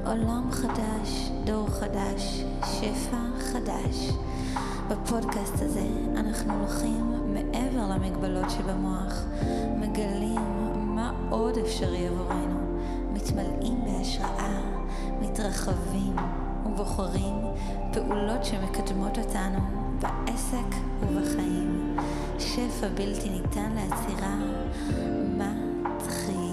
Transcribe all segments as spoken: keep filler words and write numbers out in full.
עולם חדש, דור חדש, שפע חדש. בפודקאסט הזה אנחנו הולכים מעבר למגבלות שבמוח, מגלים מה עוד אפשרי עבורנו, מתמלאים בהשראה, מתרחבים ובוחרים פעולות שמקדמות אותנו בעסק ובחיים. שפע בלתי ניתן לעצירה, מתחילים.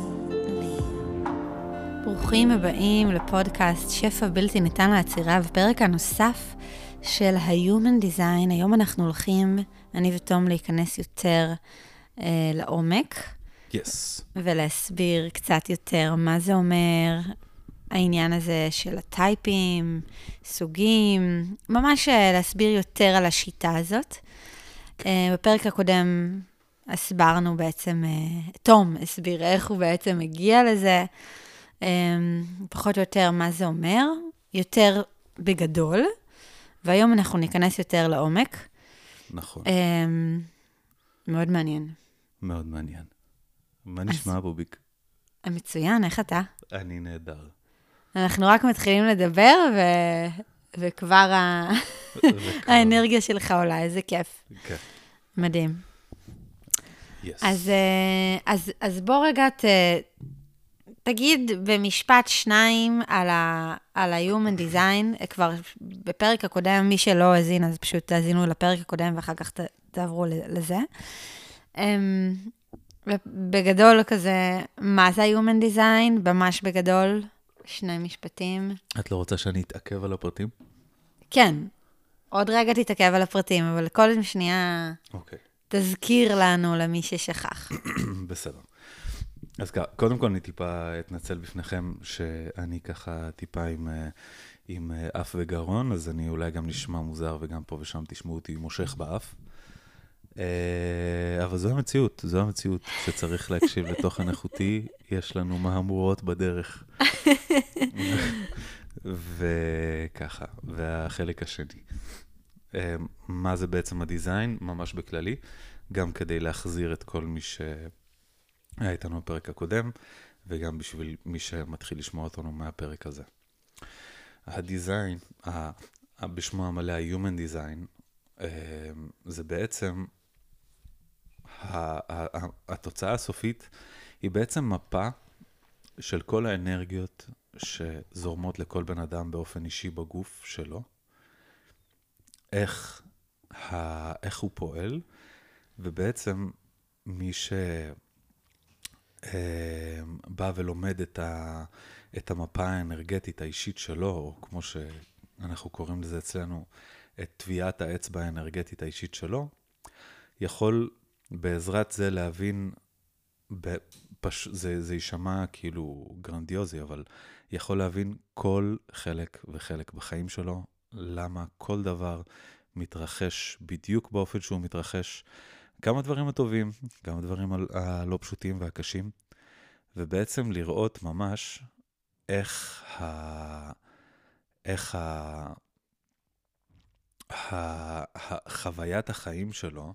ברוכים הבאים לפודקאסט שפע בלתי ניתן לעצירה, בפרק הנוסף של ה-Human Design. היום אנחנו הולכים, אני ותום, להיכנס יותר אה, לעומק. Yes. ולהסביר קצת יותר מה זה אומר, העניין הזה של הטייפים, סוגים, ממש להסביר יותר על השיטה הזאת. Okay. אה, בפרק הקודם הסברנו בעצם, אה, תום הסביר איך הוא בעצם הגיע לזה, אה, פחות או יותר מה זה אומר, יותר בגדול, והיום אנחנו ניכנס יותר לעומק. נכון. אה, מאוד מעניין. מאוד מעניין. מה נשמע, בוביק? מצוין, איך אתה? אני נהדר. אנחנו רק מתחילים לדבר, ו... וכבר ה... האנרגיה שלך עולה, איזה כיף. כן. מדהים. Yes. אז, אז, אז בוא רגע ת... תגיד במשפט שניים על ה... על ה-Human Design, כבר בפרק הקודם, מי שלא הזין, אז פשוט תאזינו לפרק הקודם, ואחר כך ת... תעברו לזה. בגדול כזה, מה זה ה-Human Design? ממש בגדול, שני משפטים. את לא רוצה שאני אתעכב על הפרטים? כן, עוד רגע תתעכב על הפרטים, אבל כל שנייה אוקיי. תזכיר לנו למי ששכח. בסדר. אז קודם כל אני טיפה אתנצל בפניכם שאני ככה טיפה עם, עם אף וגרון, אז אני אולי גם נשמע מוזר וגם פה ושם תשמעו אותי מושך באף. אבל זו המציאות, זו המציאות שצריך להקשיב לתוכן איכותי, יש לנו מהמורות בדרך. וככה, והחלק השני. מה זה בעצם הדיזיין? ממש בכללי, גם כדי להחזיר את כל מי שהיה איתנו בפרק הקודם, וגם בשביל מי שמתחיל לשמוע אותנו מהפרק הזה. הדיזיין, בשמו המלא ה-Human Design, זה בעצם, התוצאה הסופית היא בעצם מפה של כל האנרגיות שזורמות לכל בן אדם באופן אישי בגוף שלו, איך, איך הוא פועל, ובעצם מי שבא ולומד את, ה, את המפה האנרגטית האישית שלו, או כמו שאנחנו קוראים לזה אצלנו, את טביעת האצבע האנרגטית האישית שלו, יכול בעזרת זה להבין, בפש... זה, זה יישמע כאילו גרנדיוזי, אבל יכול להבין כל חלק וחלק בחיים שלו, למה כל דבר מתרחש בדיוק באופן שהוא מתרחש, גם הדברים הטובים, גם הדברים הלא פשוטים והקשים, ובעצם לראות ממש איך ה... איך ה... חוויית החיים שלו,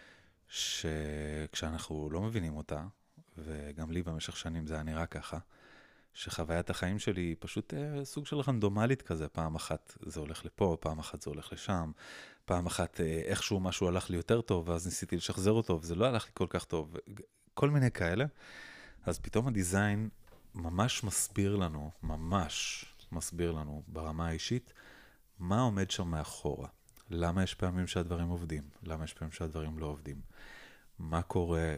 שכשאנחנו לא מבינים אותה, וגם לי במשך שנים זה היה נראה ככה, שחוויית החיים שלי היא פשוט סוג של רנדומלית כזה, פעם אחת זה הולך לפה, פעם אחת זה הולך לשם, פעם אחת איכשהו משהו הלך לי יותר טוב, ואז ניסיתי לשחזר אותו, וזה לא הלך לי כל כך טוב, כל מיני כאלה. אז פתאום הדיזיין ממש מסביר לנו, ממש מסביר לנו ברמה האישית, מה עומד שם מאחורה. למה יש פעמים שהדברים עובדים? למה יש פעמים שהדברים לא עובדים? מה קורה?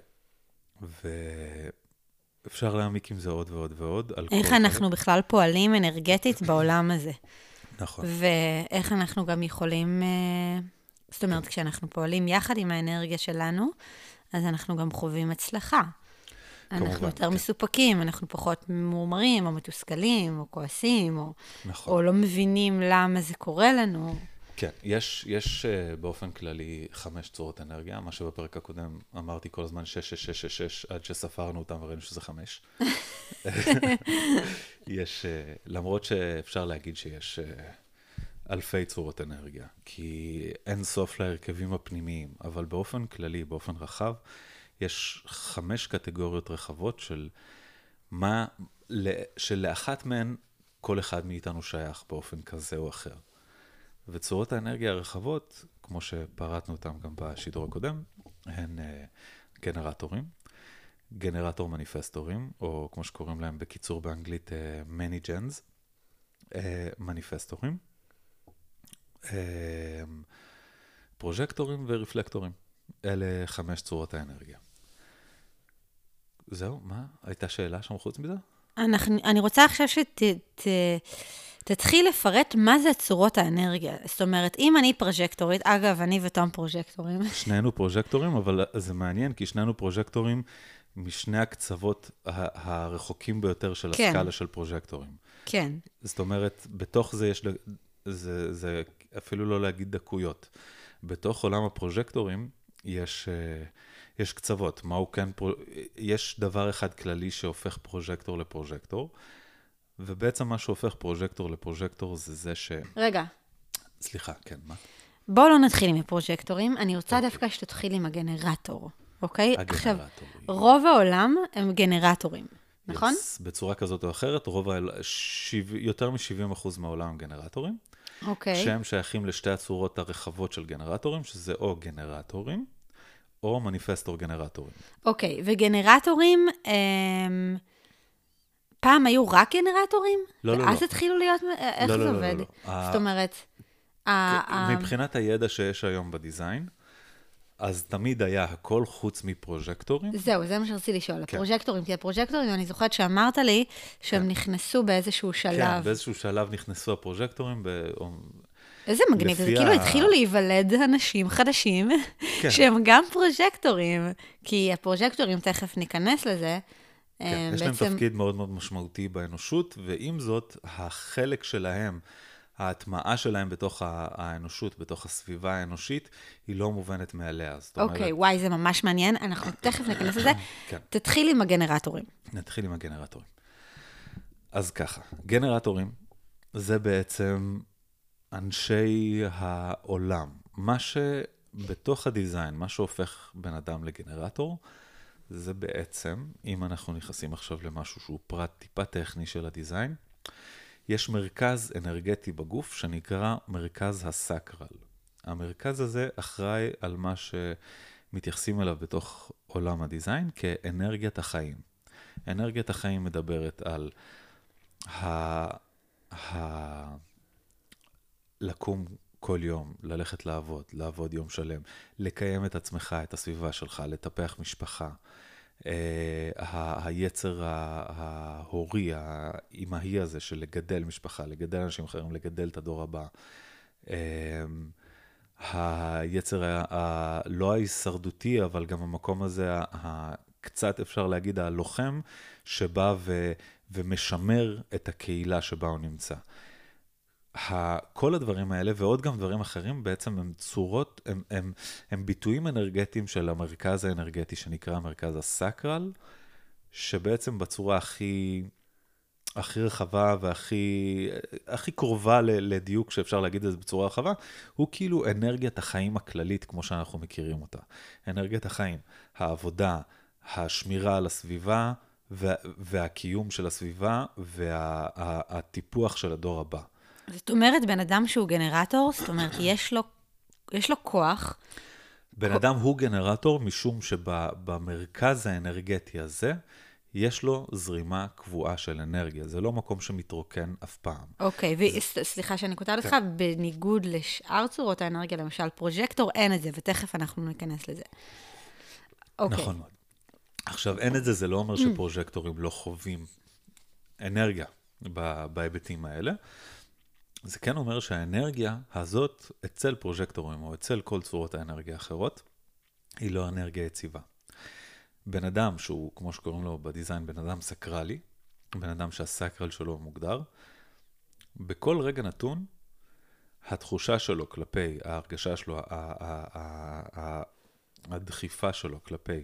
ואפשר להעמיק עם זה עוד ועוד ועוד. איך אנחנו בכלל פועלים אנרגטית בעולם הזה. נכון. ואיך אנחנו גם יכולים, זאת אומרת, כשאנחנו פועלים יחד עם האנרגיה שלנו, אז אנחנו גם חווים הצלחה. אנחנו יותר מסופקים, אנחנו פחות ממורמרים, או מתוסכלים, או כועסים, או לא מבינים למה זה קורה לנו. כן, יש, יש uh, באופן כללי חמש צורות אנרגיה, מה שבפרק הקודם אמרתי כל הזמן שש, שש, שש, שש, שש, עד שספרנו אותם וראינו שזה חמש. יש, uh, למרות שאפשר להגיד שיש uh, אלפי צורות אנרגיה, כי אין סוף להרכבים הפנימיים, אבל באופן כללי, באופן רחב, יש חמש קטגוריות רחבות של מה, שלאחת מהן כל אחד מאיתנו שייך באופן כזה או אחר. וצורות האנרגיה הרחבות, כמו שפרטנו אותם גם בשידור הקודם, הן uh, גנרטורים, גנרטור מניפסטורים, או כמו שקוראים להם בקיצור באנגלית, uh, many gens, uh, מניפסטורים, uh, פרוז'קטורים ורפלקטורים. אלה חמש צורות האנרגיה. זהו, מה? הייתה שאלה שם חוץ מזה? אנחנו, אני רוצה עכשיו שתתחיל לפרט מה זה צורות האנרגיה. זאת אומרת, אם אני פרוז'קטורית, אגב, אני ותום פרוז'קטורים. שנינו פרוז'קטורים, אבל זה מעניין, כי שנינו פרוז'קטורים משני הקצוות הרחוקים ביותר של כן. הסקאלה של פרוז'קטורים. כן. זאת אומרת, בתוך זה יש, זה, זה אפילו לא להגיד דקויות. בתוך עולם הפרוז'קטורים יש... יש קצוות, מהו כן, יש דבר אחד כללי שהופך פרוז'קטור לפרוז'קטור, ובעצם מה שהופך פרוז'קטור לפרוז'קטור זה זה ש... רגע. סליחה, כן, מה? בואו לא נתחיל עם הפרוז'קטורים, אני רוצה okay. דווקא שתתחיל עם הגנרטור, אוקיי? הגנרטור. עכשיו, רוב העולם הם גנרטורים, נכון? Yes, בצורה כזאת או אחרת, רוב ה... שיו... יותר מ-שבעים אחוז מהעולם הם גנרטורים, אוקיי. Okay. שהם שייכים לשתי הצורות הרחבות של גנרטורים, שזה או גנרטורים, או מניפסטור גנרטורים. אוקיי, וגנרטורים, אמ, פעם היו רק גנרטורים? לא, לא, לא. ואז התחילו להיות, איך לא, זה לא, עובד? לא, לא. זאת אומרת, מבחינת הידע שיש היום בדיזיין, אז תמיד היה הכל חוץ מפרוז'קטורים. זהו, זה מה שרציתי לשאול. הפרוז'קטורים, כי הפרוז'קטורים, אני זוכרת שאמרת לי שהם נכנסו באיזשהו שלב. כן, באיזשהו שלב נכנסו הפרוז'קטורים. איזה מגניב, זה כאילו התחילו להיוולד אנשים חדשים, שהם גם פרוז'קטורים, כי הפרוז'קטורים, תכף ניכנס לזה. כן, יש להם תפקיד מאוד מאוד משמעותי באנושות, ועם זאת, החלק שלהם, ההטמעה שלהם בתוך האנושות, בתוך הסביבה האנושית, היא לא מובנת מעליה. אוקיי, וואי, זה ממש מעניין, אנחנו תכף ניכנס לזה. תתחיל עם הגנרטורים. נתחיל עם הגנרטורים. אז ככה, גנרטורים זה בעצם אנשי העולם. מה שבתוך הדיזיין, מה שהופך בן אדם לגנרטור, זה בעצם, אם אנחנו נכנסים עכשיו למשהו שהוא פרט טיפה טכני של הדיזיין, יש מרכז אנרגטי בגוף שנקרא מרכז הסקרל. המרכז הזה אחראי על מה שמתייחסים אליו בתוך עולם הדיזיין כאנרגיית החיים. אנרגיית החיים מדברת על ה... ה... לקום כל יום, ללכת לעבוד, לעבוד יום שלם, לקיים את עצמך, את הסביבה שלך, לטפח משפחה. היצר ההורי, האמהי הזה של לגדל משפחה, לגדל אנשים אחרים, לגדל את הדור הבא. היצר הלא ההישרדותי, אבל גם המקום הזה, קצת אפשר להגיד, הלוחם, שבא ומשמר את הקהילה שבה הוא נמצא. כל הדברים האלה ועוד גם דברים אחרים בעצם הם צורות, הם, הם, הם ביטויים אנרגטיים של המרכז האנרגטי שנקרא מרכז הסקרל, שבעצם בצורה הכי, הכי רחבה והכי הכי קרובה לדיוק שאפשר להגיד את זה בצורה רחבה, הוא כאילו אנרגיית החיים הכללית כמו שאנחנו מכירים אותה. אנרגיית החיים, העבודה, השמירה על הסביבה וה, והקיום של הסביבה והטיפוח של הדור הבא. זאת אומרת, בן אדם שהוא גנרטור, זאת אומרת, יש לו, יש לו כוח. בן אדם הוא גנרטור, משום שבמרכז האנרגטי הזה, יש לו זרימה קבועה של אנרגיה. זה לא מקום שמתרוקן אף פעם. אוקיי, וסליחה שאני כותבת לך, בניגוד לשאר צורות האנרגיה, למשל פרוז'קטור, אין את זה, ותכף אנחנו ניכנס לזה. נכון מאוד. עכשיו, אין את זה, זה לא אומר שפרוז'קטורים לא חווים אנרגיה בהיבטים האלה. זה כן אומר שהאנרגיה הזאת אצל פרוז'קטורים או אצל כל צורות האנרגיה האחרות, היא לא אנרגיה יציבה. בן אדם שהוא, כמו שקוראים לו בדיזיין, בן אדם סקרלי, בן אדם שהסקרל שלו מוגדר, בכל רגע נתון, התחושה שלו כלפי, ההרגשה שלו, הדחיפה שלו כלפי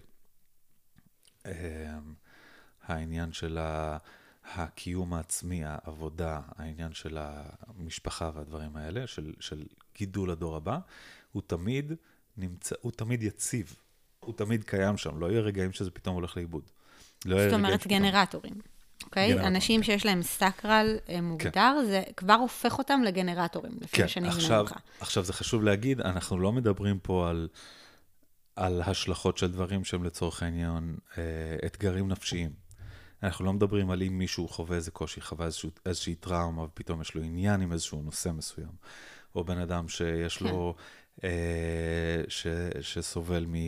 העניין של ה... הקיום העצמי, העבודה, העניין של המשפחה והדברים האלה, של, של גידול הדור הבא, הוא תמיד נמצא, הוא תמיד יציב, הוא תמיד קיים שם, לא יהיה רגעים שזה פתאום הולך לאיבוד. לא זאת אומרת גנרטורים. אוקיי? אנשים שיש להם סאקרל מוגדר, זה כבר הופך אותם לגנרטורים, לפי שאני מבינה אותך. עכשיו, זה חשוב להגיד, אנחנו לא מדברים פה על, על השלכות של דברים שהם לצורך העניין אתגרים נפשיים. אנחנו לא מדברים על אם מישהו חווה איזה קושי, חווה איזשהו, איזושהי טראומה, ופתאום יש לו עניין עם איזשהו נושא מסוים. או בן אדם שיש כן. לו, אה, ש, שסובל מ...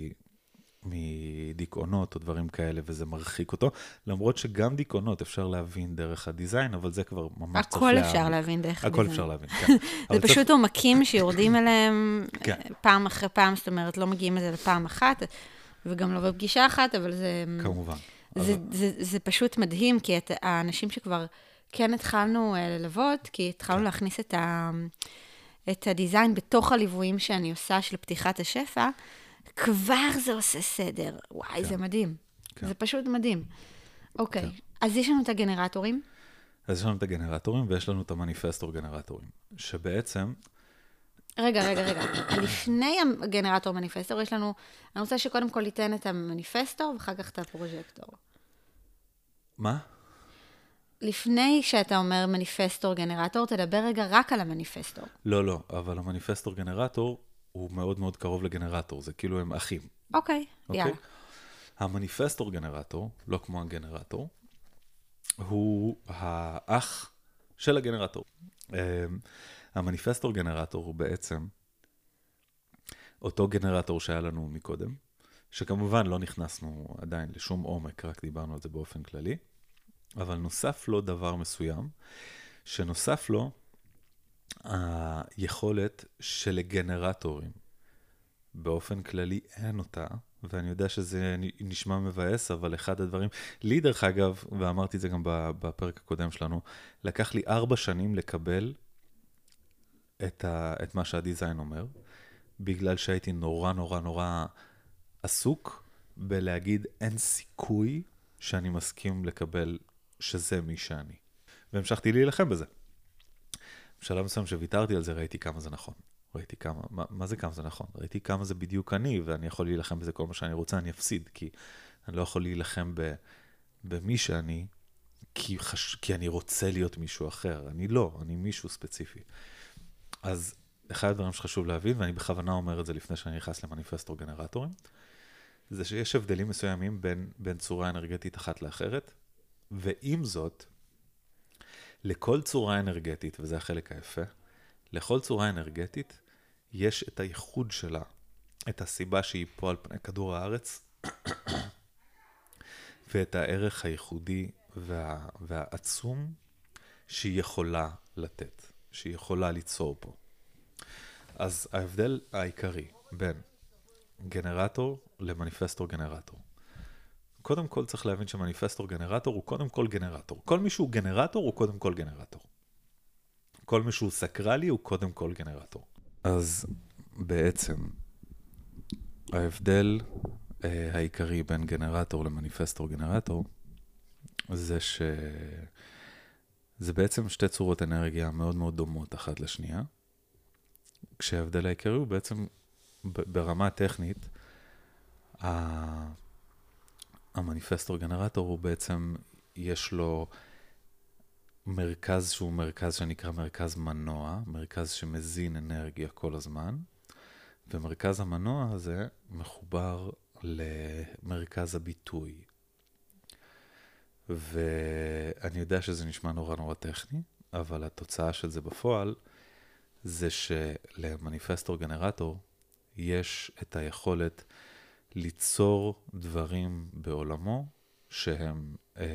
מדיכאונות או דברים כאלה, וזה מרחיק אותו, למרות שגם דיכאונות אפשר להבין דרך הדיזיין, אבל זה כבר ממש צריך להבין. הכל אפשר להבין דרך הדיזיין. הכל אפשר להבין, כן. זה פשוט עומקים שיורדים אליהם פעם אחרי פעם, זאת אומרת, לא מגיעים לזה לפעם אחת, וגם לא בפגישה אחת, אבל זה... כמובן. זה, זה, זה פשוט מדהים, כי את האנשים שכבר כן התחלנו ללוות, כי התחלנו להכניס את, ה, את הדיזיין בתוך הליוויים שאני עושה של פתיחת השפע, כבר זה עושה סדר. וואי, כן. זה מדהים. כן. זה פשוט מדהים. אוקיי, כן. אז יש לנו את הגנרטורים? אז יש לנו את הגנרטורים, ויש לנו את המניפסטור גנרטורים, שבעצם... רגע, רגע, רגע. לפני הגנרטור מניפסטור, יש לנו... אני רוצה שקודם כל ניתן את המניפסטור, ואחר כך את הפרוז'קטור. מה? לפני שאתה אומר מניפסטור גנרטור, תדבר רגע רק על המניפסטור. לא, לא, אבל המניפסטור גנרטור הוא מאוד מאוד קרוב לגנרטור, זה כאילו הם אחים. אוקיי, יאללה. המניפסטור גנרטור, לא כמו הגנרטור, הוא האח של הגנרטור. המניפסטור גנרטור הוא בעצם אותו גנרטור שהיה לנו מקודם, שכמובן לא נכנסנו עדיין לשום עומק, רק דיברנו על זה באופן כללי, אבל נוסף לו דבר מסוים, שנוסף לו היכולת שלגנרטורים, באופן כללי אין אותה, ואני יודע שזה נשמע מבאס, אבל אחד הדברים, לי דרך אגב, ואמרתי את זה גם בפרק הקודם שלנו, לקח לי ארבע שנים לקבל את, ה, את מה שהדיזיין אומר, בגלל שהייתי נורא נורא נורא עסוק בלהגיד אין סיכוי שאני מסכים לקבל שזה מי שאני. והמשכתי להילחם בזה. בשלב מסוים שוויתרתי על זה, ראיתי כמה זה נכון. ראיתי כמה, מה, מה זה כמה זה נכון? ראיתי כמה זה בדיוק אני, ואני יכול להילחם בזה כל מה שאני רוצה, אני אפסיד, כי אני לא יכול להילחם ב, במי שאני, כי, חש, כי אני רוצה להיות מישהו אחר. אני לא, אני מישהו ספציפי. אז אחד הדברים שחשוב להבין, ואני בכוונה אומר את זה לפני שאני נכנס למניפסטור גנרטורים, זה שיש הבדלים מסוימים בין, בין צורה אנרגטית אחת לאחרת, ועם זאת, לכל צורה אנרגטית, וזה החלק היפה, לכל צורה אנרגטית יש את הייחוד שלה, את הסיבה שהיא פה על פני כדור הארץ, ואת הערך הייחודי וה, והעצום שהיא יכולה לתת, שהיא יכולה ליצור פה. אז ההבדל העיקרי בין גנרטור למניפסטור גנרטור. קודם כל צריך להבין שמניפסטור גנרטור הוא קודם כל גנרטור. כל מי שהוא גנרטור הוא קודם כל גנרטור. כל מי שהוא סקרלי הוא קודם כל גנרטור. אז בעצם ההבדל אה, העיקרי בין גנרטור למניפסטור גנרטור זה ש... זה בעצם שתי צורות אנרגיה מאוד מאוד דומות אחת לשנייה. כשההבדל העיקרי הוא בעצם ברמה טכנית, המניפסטור גנרטור הוא בעצם, יש לו מרכז שהוא מרכז שנקרא מרכז מנוע, מרכז שמזין אנרגיה כל הזמן, ומרכז המנוע הזה מחובר למרכז הביטוי. ואני יודע שזה נשמע נורא נורא טכני, אבל התוצאה של זה בפועל, זה שלמניפסטור גנרטור יש את היכולת ליצור דברים בעולמו שהם,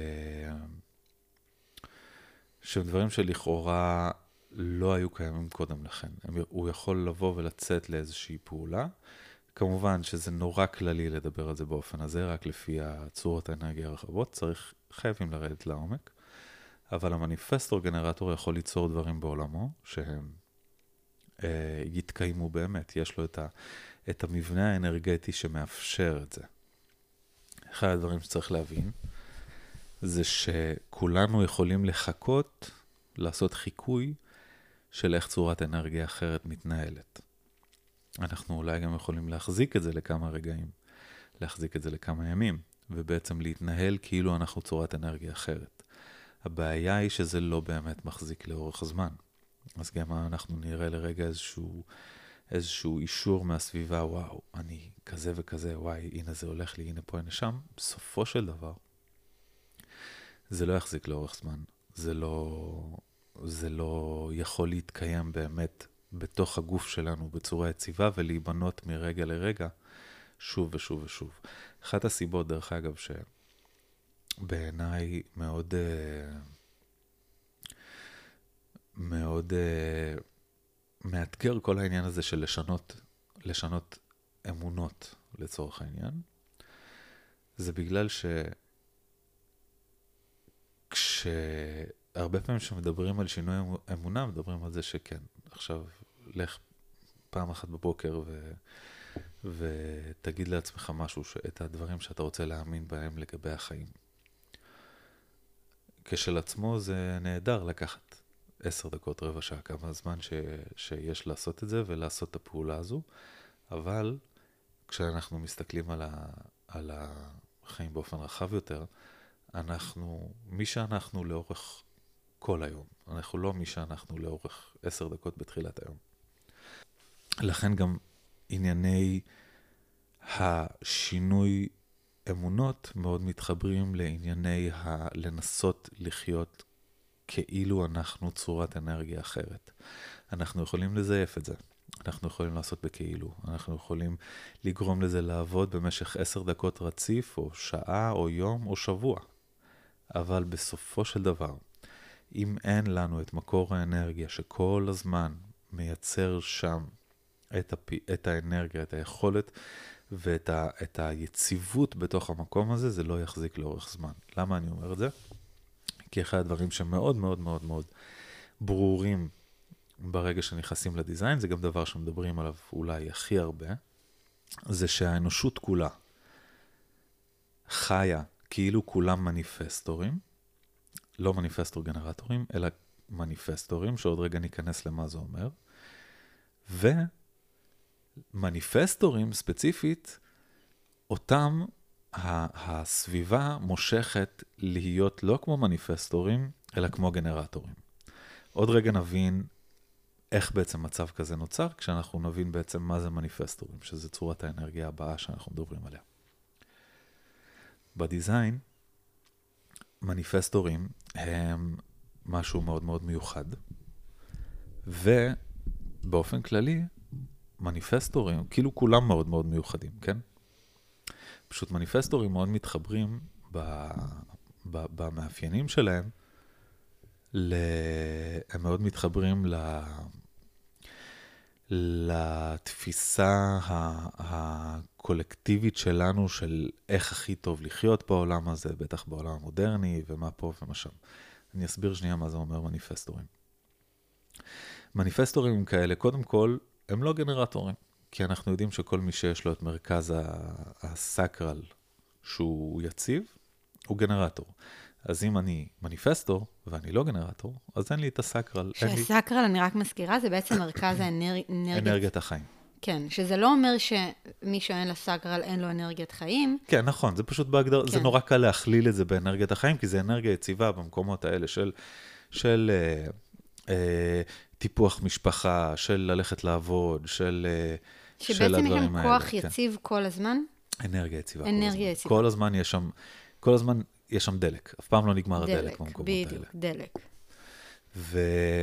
שהם דברים שלכאורה לא היו קיימים קודם לכן. הוא יכול לבוא ולצאת לאיזושהי פעולה. כמובן שזה נורא כללי לדבר על זה באופן הזה, רק לפי הצורות האנרגיה הרחבות, צריך, חייבים לרדת לעומק. אבל המניפסטור גנרטור יכול ליצור דברים בעולמו שהם אה, יתקיימו באמת. יש לו את, ה, את המבנה האנרגטי שמאפשר את זה. אחד הדברים שצריך להבין, זה שכולנו יכולים לחכות, לעשות חיקוי של איך צורת אנרגיה אחרת מתנהלת. אנחנו אולי גם יכולים להחזיק את זה לכמה רגעים, להחזיק את זה לכמה ימים, ובעצם להתנהל כאילו אנחנו צורת אנרגיה אחרת. הבעיה היא שזה לא באמת מחזיק לאורך זמן. אז גם אנחנו נראה לרגע איזשהו, איזשהו אישור מהסביבה, וואו, אני כזה וכזה, וואי, הנה זה הולך לי, הנה פה, הנה שם. בסופו של דבר, זה לא יחזיק לאורך זמן. זה לא, זה לא יכול להתקיים באמת בתוך הגוף שלנו בצורה יציבה ולהיבנות מרגע לרגע שוב ושוב ושוב. אחת הסיבות, דרך אגב, שבעיניי מאוד, מאוד מאתגר כל העניין הזה של לשנות, לשנות אמונות לצורך העניין, זה בגלל ש... כשהרבה פעמים שמדברים על שינוי אמונה, מדברים על זה שכן, עכשיו לך פעם אחת בבוקר ו... ותגיד לעצמך משהו, את הדברים שאתה רוצה להאמין בהם לגבי החיים. כשלעצמו זה נהדר לקחת עשר דקות, רבע שעה, כמה זמן ש... שיש לעשות את זה ולעשות את הפעולה הזו, אבל כשאנחנו מסתכלים על, ה... על החיים באופן רחב יותר, אנחנו, מי שאנחנו לאורך כל היום, אנחנו לא מי שאנחנו לאורך עשר דקות בתחילת היום. לכן גם ענייני השינוי אמונות מאוד מתחברים לענייני ה... לנסות לחיות כאילו אנחנו צורת אנרגיה אחרת. אנחנו יכולים לזייף את זה. אנחנו יכולים לעשות בכאילו. אנחנו יכולים לגרום לזה לעבוד במשך עשר דקות רציף, או שעה, או יום, או שבוע. אבל בסופו של דבר, אם אין לנו את מקור האנרגיה שכל הזמן מייצר שם את, הפ... את האנרגיה, את היכולת ואת ה... את היציבות בתוך המקום הזה, זה לא יחזיק לאורך זמן. למה אני אומר את זה? כי אחד הדברים שמאוד מאוד מאוד מאוד ברורים ברגע שנכנסים לדיזיין, זה גם דבר שמדברים עליו אולי הכי הרבה, זה שהאנושות כולה חיה כאילו כולם מניפסטורים, לא מניפסטור גנרטורים, אלא מניפסטורים, שעוד רגע ניכנס למה זה אומר, ומניפסטורים ספציפית, אותם הסביבה מושכת להיות לא כמו מניפסטורים, אלא כמו גנרטורים. עוד רגע נבין איך בעצם מצב כזה נוצר, כשאנחנו נבין בעצם מה זה מניפסטורים, שזה צורת האנרגיה הבאה שאנחנו מדברים עליה. בדיזיין, מניפסטורים הם משהו מאוד מאוד מיוחד, ובאופן כללי, מניפסטורים, כאילו כולם מאוד מאוד מיוחדים, כן? פשוט מניפסטורים מאוד מתחברים ב, ב, במאפיינים שלהם, ל, הם מאוד מתחברים ל, לתפיסה הקולקטיבית שלנו של איך הכי טוב לחיות בעולם הזה, בטח בעולם המודרני, ומה פה ומה שם. אני אסביר שנייה מה זה אומר מניפסטורים. מניפסטורים כאלה, קודם כל, הם לא גנרטורים, כי אנחנו יודעים שכל מי שיש לו את מרכז הסקרל שהוא יציב, הוא גנרטור. אז אם אני מניפסטור ואני לא גנרטור, אז אין לי את הסקרל. שהסקרל, לי... אני רק מזכירה, זה בעצם מרכז האנרגיית... אנרגיית החיים. כן, שזה לא אומר שמי שאין לסקרל אין לו אנרגיית חיים. כן, נכון, זה פשוט בהגדר, כן. זה נורא קל להכליל את זה באנרגיית החיים, כי זה אנרגיה יציבה במקומות האלה של, של אה, אה, טיפוח משפחה, של ללכת לעבוד, של, אה, של הדברים האלה. שבעצם יש כוח יציב כן. כל הזמן? אנרגיה יציבה. אנרגיה יציבה. כל הזמן יש שם, כל הזמן יש שם דלק. אף פעם לא נגמר דלק, הדלק במקומות בדיוק, האלה. דלק. ו...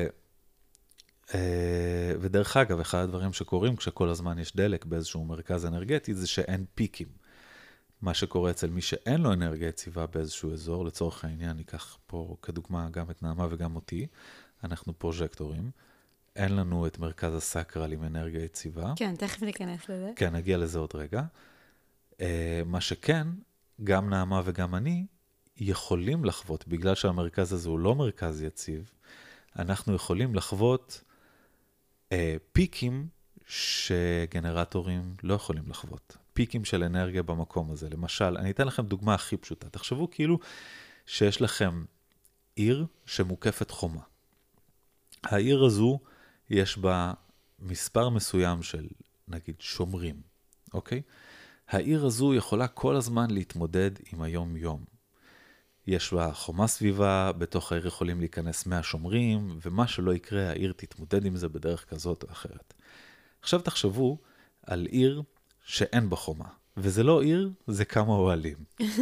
ודרך אגב, אחד הדברים שקורים כשכל הזמן יש דלק באיזשהו מרכז אנרגטי, זה שאין פיקים. מה שקורה אצל מי שאין לו אנרגיה יציבה באיזשהו אזור, לצורך העניין, ניקח פה כדוגמה גם את נעמה וגם אותי, אנחנו פרוז'קטורים, אין לנו את מרכז הסקרל עם אנרגיה יציבה. כן, תכף ניכנס לזה. כן, נגיע לזה עוד רגע. מה שכן, גם נעמה וגם אני יכולים לחוות, בגלל שהמרכז הזה הוא לא מרכז יציב, אנחנו יכולים לחוות פיקים שגנרטורים לא יכולים לחוות. פיקים של אנרגיה במקום הזה. למשל, אני אתן לכם דוגמה הכי פשוטה. תחשבו כאילו שיש לכם עיר שמוקפת חומה. העיר הזו יש בה מספר מסוים של, נגיד, שומרים, אוקיי? העיר הזו יכולה כל הזמן להתמודד עם היום-יום. יש בה חומה סביבה, בתוך העיר יכולים להיכנס מאה שומרים, ומה שלא יקרה, העיר תתמודד עם זה בדרך כזאת או אחרת. עכשיו תחשבו על עיר שאין בה חומה, וזה לא עיר, זה כמה אוהלים.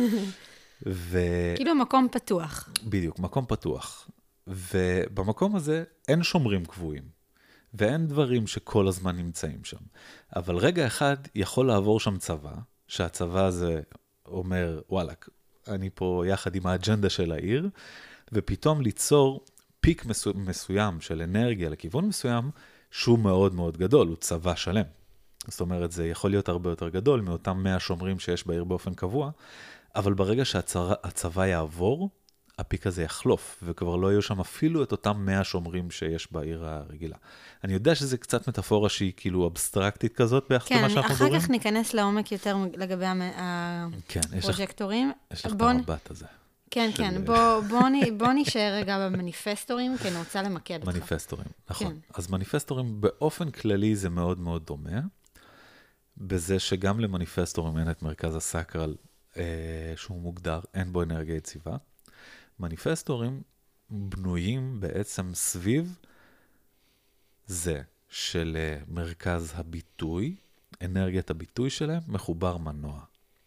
ו... כאילו מקום פתוח. בדיוק, מקום פתוח. ובמקום הזה אין שומרים קבועים, ואין דברים שכל הזמן נמצאים שם. אבל רגע אחד יכול לעבור שם צבא, שהצבא הזה אומר, וואלה, אני פה יחד עם האג'נדה של העיר, ופתאום ליצור פיק מסו... מסוים של אנרגיה לכיוון מסוים, שהוא מאוד מאוד גדול, הוא צבא שלם. זאת אומרת, זה יכול להיות הרבה יותר גדול מאותם מאה שומרים שיש בעיר באופן קבוע, אבל ברגע שהצבא יעבור, הפיק הזה יחלוף, וכבר לא יהיו שם אפילו את אותם מאה שומרים שיש בעיר הרגילה. אני יודע שזה קצת מטאפורה שהיא כאילו אבסטרקטית כזאת ביחד למה שאנחנו מדברים. כן, אחר כך ניכנס לעומק יותר לגבי הפרוג'קטורים. יש לך את המבט הזה. כן, כן, בוא נשאר רגע במניפסטורים, כי אני רוצה למקד אותך. מניפסטורים, נכון. אז מניפסטורים באופן כללי זה מאוד מאוד דומה, בזה שגם למניפסטורים אין את מרכז הסקרל שהוא מוגדר, אין בו אנרגיה יציבה. מניפסטורים בנויים בעצם סביב זה של מרכז הביטוי, אנרגיית הביטוי שלהם מחובר מנוע.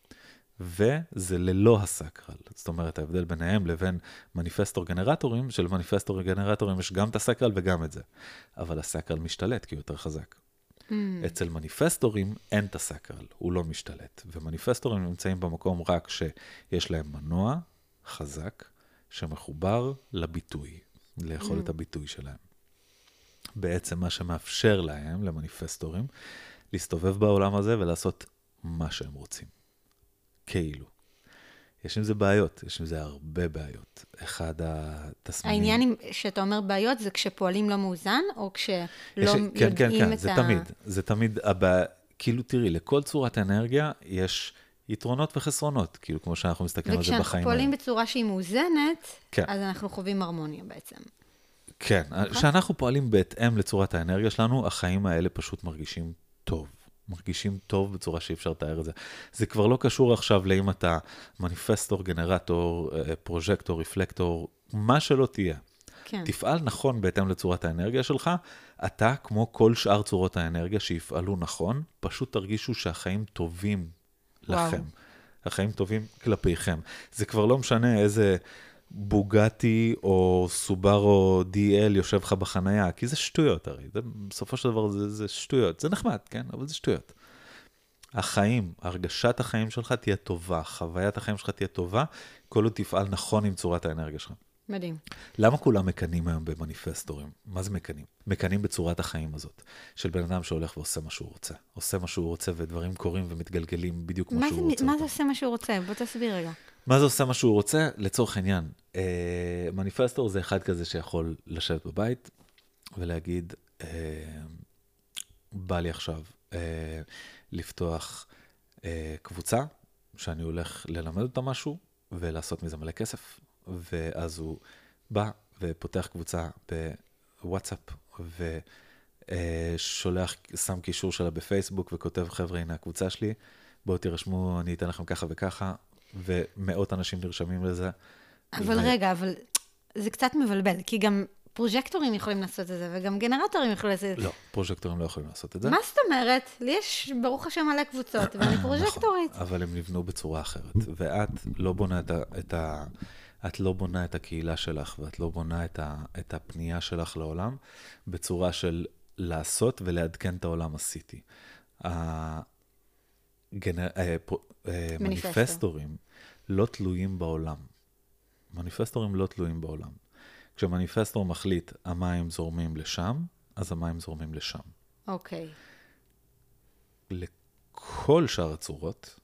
וזה ללא הסקרל. זאת אומרת, ההבדל ביניהם לבין מניפסטור גנרטורים, של מניפסטור גנרטורים יש גם את הסקרל וגם את זה. אבל הסקרל משתלט כי הוא יותר חזק. Mm. אצל מניפסטורים אין את הסקרל, הוא לא משתלט. ומניפסטורים נמצאים במקום רק שיש להם מנוע חזק, שמחובר לביטוי, ליכולת mm. הביטוי שלהם. בעצם מה שמאפשר להם, למניפסטורים, להסתובב בעולם הזה ולעשות מה שהם רוצים. כאילו. יש עם זה בעיות, יש עם זה הרבה בעיות. אחד התסמינים... העניין שאתה אומר בעיות זה כשפועלים לא מאוזן, או כשלא יש... יודעים כן, כן, כן, את זה ה... תמיד, זה תמיד, הבע... כאילו תראי, לכל צורת אנרגיה יש יתרונות וחסרונות, כאילו כמו שאנחנו מסתכלים על זה בחיים. וכשאנחנו פועלים בצורה שהיא מאוזנת, כן. אז אנחנו חווים הרמוניה בעצם. כן, כשאנחנו פועלים בהתאם לצורת האנרגיה שלנו, החיים האלה פשוט מרגישים טוב. מרגישים טוב בצורה שאי אפשר לתאר את זה. זה כבר לא קשור עכשיו לאם אתה מניפסטור, גנרטור, פרוז'קטור, רפלקטור, מה שלא תהיה. כן. תפעל נכון בהתאם לצורת האנרגיה שלך, אתה, כמו כל שאר צורות האנרגיה שיפעלו נכון, פשוט תרגישו שהחיים טובים וואו. לכם. החיים טובים כלפיכם. זה כבר לא משנה איזה בוגטי או סובארו די אל יושב לך בחנייה, כי זה שטויות הרי. זה, בסופו של דבר זה, זה שטויות. זה נחמד, כן? אבל זה שטויות. החיים, הרגשת החיים שלך תהיה טובה, חוויית החיים שלך תהיה טובה, כל עוד תפעל נכון עם צורת האנרגיה שלך. מדהים. למה כולם מקנים היום במניפסטורים? מה זה מקנים? מקנים בצורת החיים הזאת, של בן אדם שהולך ועושה מה שהוא רוצה. עושה מה שהוא רוצה ודברים קורים ומתגלגלים בדיוק כמו שהוא רוצה. מה זה עושה מה שהוא רוצה? בוא תסביר רגע. מה זה עושה מה שהוא רוצה? לצורך העניין, אה, מניפסטור זה אחד כזה שיכול לשבת בבית ולהגיד, אה, בא לי עכשיו אה, לפתוח אה, קבוצה, שאני הולך ללמד אותה משהו ולעשות מזה מלא כסף. ואז הוא בא ופותח קבוצה בוואטסאפ ושולח, שם קישור שלה בפייסבוק וכותב, חבר'ה, הנה הקבוצה שלי, בואו תירשמו, אני אתן לכם ככה וככה, ומאות אנשים נרשמים לזה. אבל ו... רגע, אבל זה קצת מבלבל, כי גם פרוז'קטורים יכולים לעשות את זה, וגם גנרטורים יכולים לעשות את זה. לא, פרוז'קטורים לא יכולים לעשות את זה. מה זאת אומרת? לי יש ברוך השם מלא קבוצות, ואני פרוז'קטורית. נכון, אבל הם נבנו בצורה אחרת, ואת לא בונה את ה... את ה... את לא בונה את הקהילה שלך, ואת לא בונה את, ה, את הפנייה שלך לעולם, בצורה של לעשות ולעדכן את העולם עשיתי. הגנר, מניפסטורים לא תלויים בעולם. מניפסטורים לא תלויים בעולם. כשמניפסטור מחליט, המים זורמים לשם, אז המים זורמים לשם. אוקיי. לכל שאר הצורות,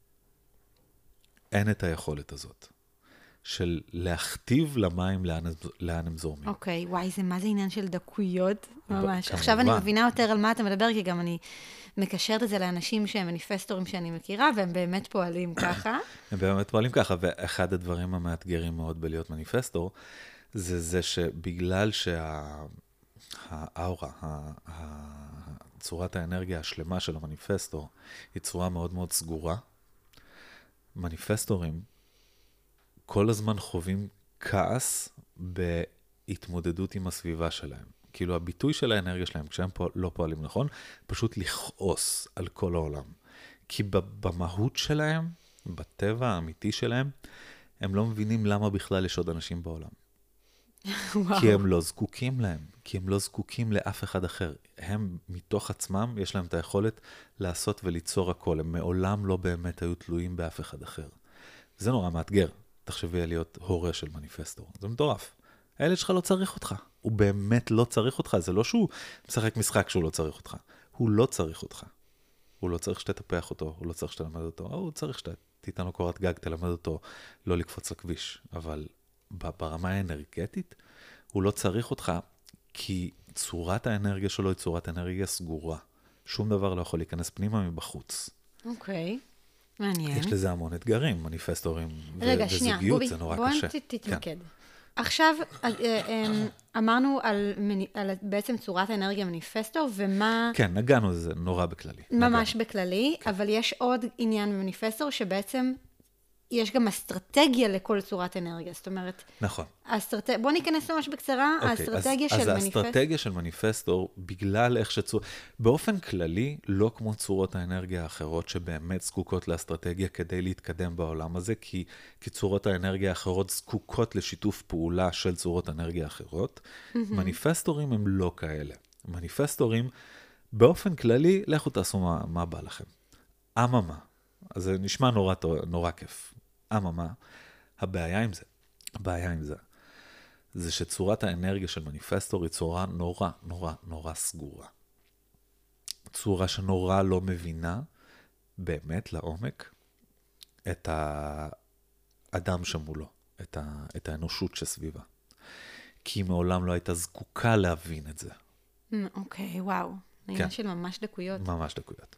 אין את היכולת הזאת. של להכתיב למים לאן, לאן הם זורמים. אוקיי, וואי, זה מה זה עניין של דקויות? ממש. עכשיו אני מבינה יותר על מה אתה מדבר, כי גם אני מקשרת את זה לאנשים שהם מניפסטורים שאני מכירה, והם באמת פועלים ככה. הם באמת פועלים ככה, ואחד הדברים המאתגרים מאוד בלהיות מניפסטור, זה זה שבגלל שהאורה, צורת האנרגיה השלמה של המניפסטור היא צורה מאוד מאוד סגורה. מניפסטורים כל הזמן חווים כעס בהתמודדות עם הסביבה שלהם. כאילו הביטוי של האנרגיה שלהם, כשהם פה, לא פועלים נכון, פשוט לכעוס על כל העולם. כי במהות שלהם, בטבע האמיתי שלהם, הם לא מבינים למה בכלל יש עוד אנשים בעולם. וואו. כי הם לא זקוקים להם, כי הם לא זקוקים לאף אחד אחר. הם מתוך עצמם, יש להם את היכולת לעשות וליצור הכל. הם מעולם לא באמת היו תלויים באף אחד אחר. זה נורא מאתגר. תחשבי על להיות הורה של מניפסטור. זה מטורף. הילד שלך לא צריך אותך. הוא באמת לא צריך אותך. זה לא שהוא משחק משחק שהוא לא צריך אותך. הוא לא צריך אותך. הוא לא צריך שתטפח אותו, הוא לא צריך שתלמד אותו. הוא צריך שתיתן לו קורת גג, תלמד אותו לא לקפוץ לכביש. אבל ברמה האנרגטית, הוא לא צריך אותך, כי צורת האנרגיה שלו היא צורת אנרגיה סגורה. שום דבר לא יכול להיכנס פנימה מבחוץ. אוקיי, מעניין. יש לזה המון אתגרים, מניפסטורים רגע, שנייה, וזוגיות, זה נורא קשה. בואו תתמקד. עכשיו, אמרנו על, על בעצם צורת האנרגיה מניפסטור, ומה... כן, נגענו זה נורא בכללי. ממש נגענו. בכללי, כן. אבל יש עוד עניין במניפסטור, שבעצם יש גם אסטרטגיה לכל צורת אנרגיה. זאת אומרת... נכון. האסטרט... בואו ניכנס ממש בקצרה, אוקיי, האסטרטגיה אז, של אז מניפסטור... אז האסטרטגיה של מניפסטור, בגלל איך שצור... באופן כללי, לא כמו צורות האנרגיה האחרות, שבאמת זקוקות לאסטרטגיה כדי להתקדם בעולם הזה, כי, כי צורות האנרגיה האחרות זקוקות לשיתוף פעולה של צורות אנרגיה אחרות. Mm-hmm. מניפסטורים הם לא כאלה. מניפסטורים, באופן כללי, לכו תעשו מה, מה בא לכם. אממה. אז זה נשמע נורא, נורא כיף. אממה, הבעיה עם זה, הבעיה עם זה, זה שצורת האנרגיה של מניפסטור היא צורה נורא, נורא, נורא סגורה. צורה שנורא לא מבינה, באמת לעומק, את האדם שמולו, את, ה, את האנושות שסביבה. כי היא מעולם לא הייתה זקוקה להבין את זה. אוקיי, וואו. עניין של ממש דקויות. ממש דקויות.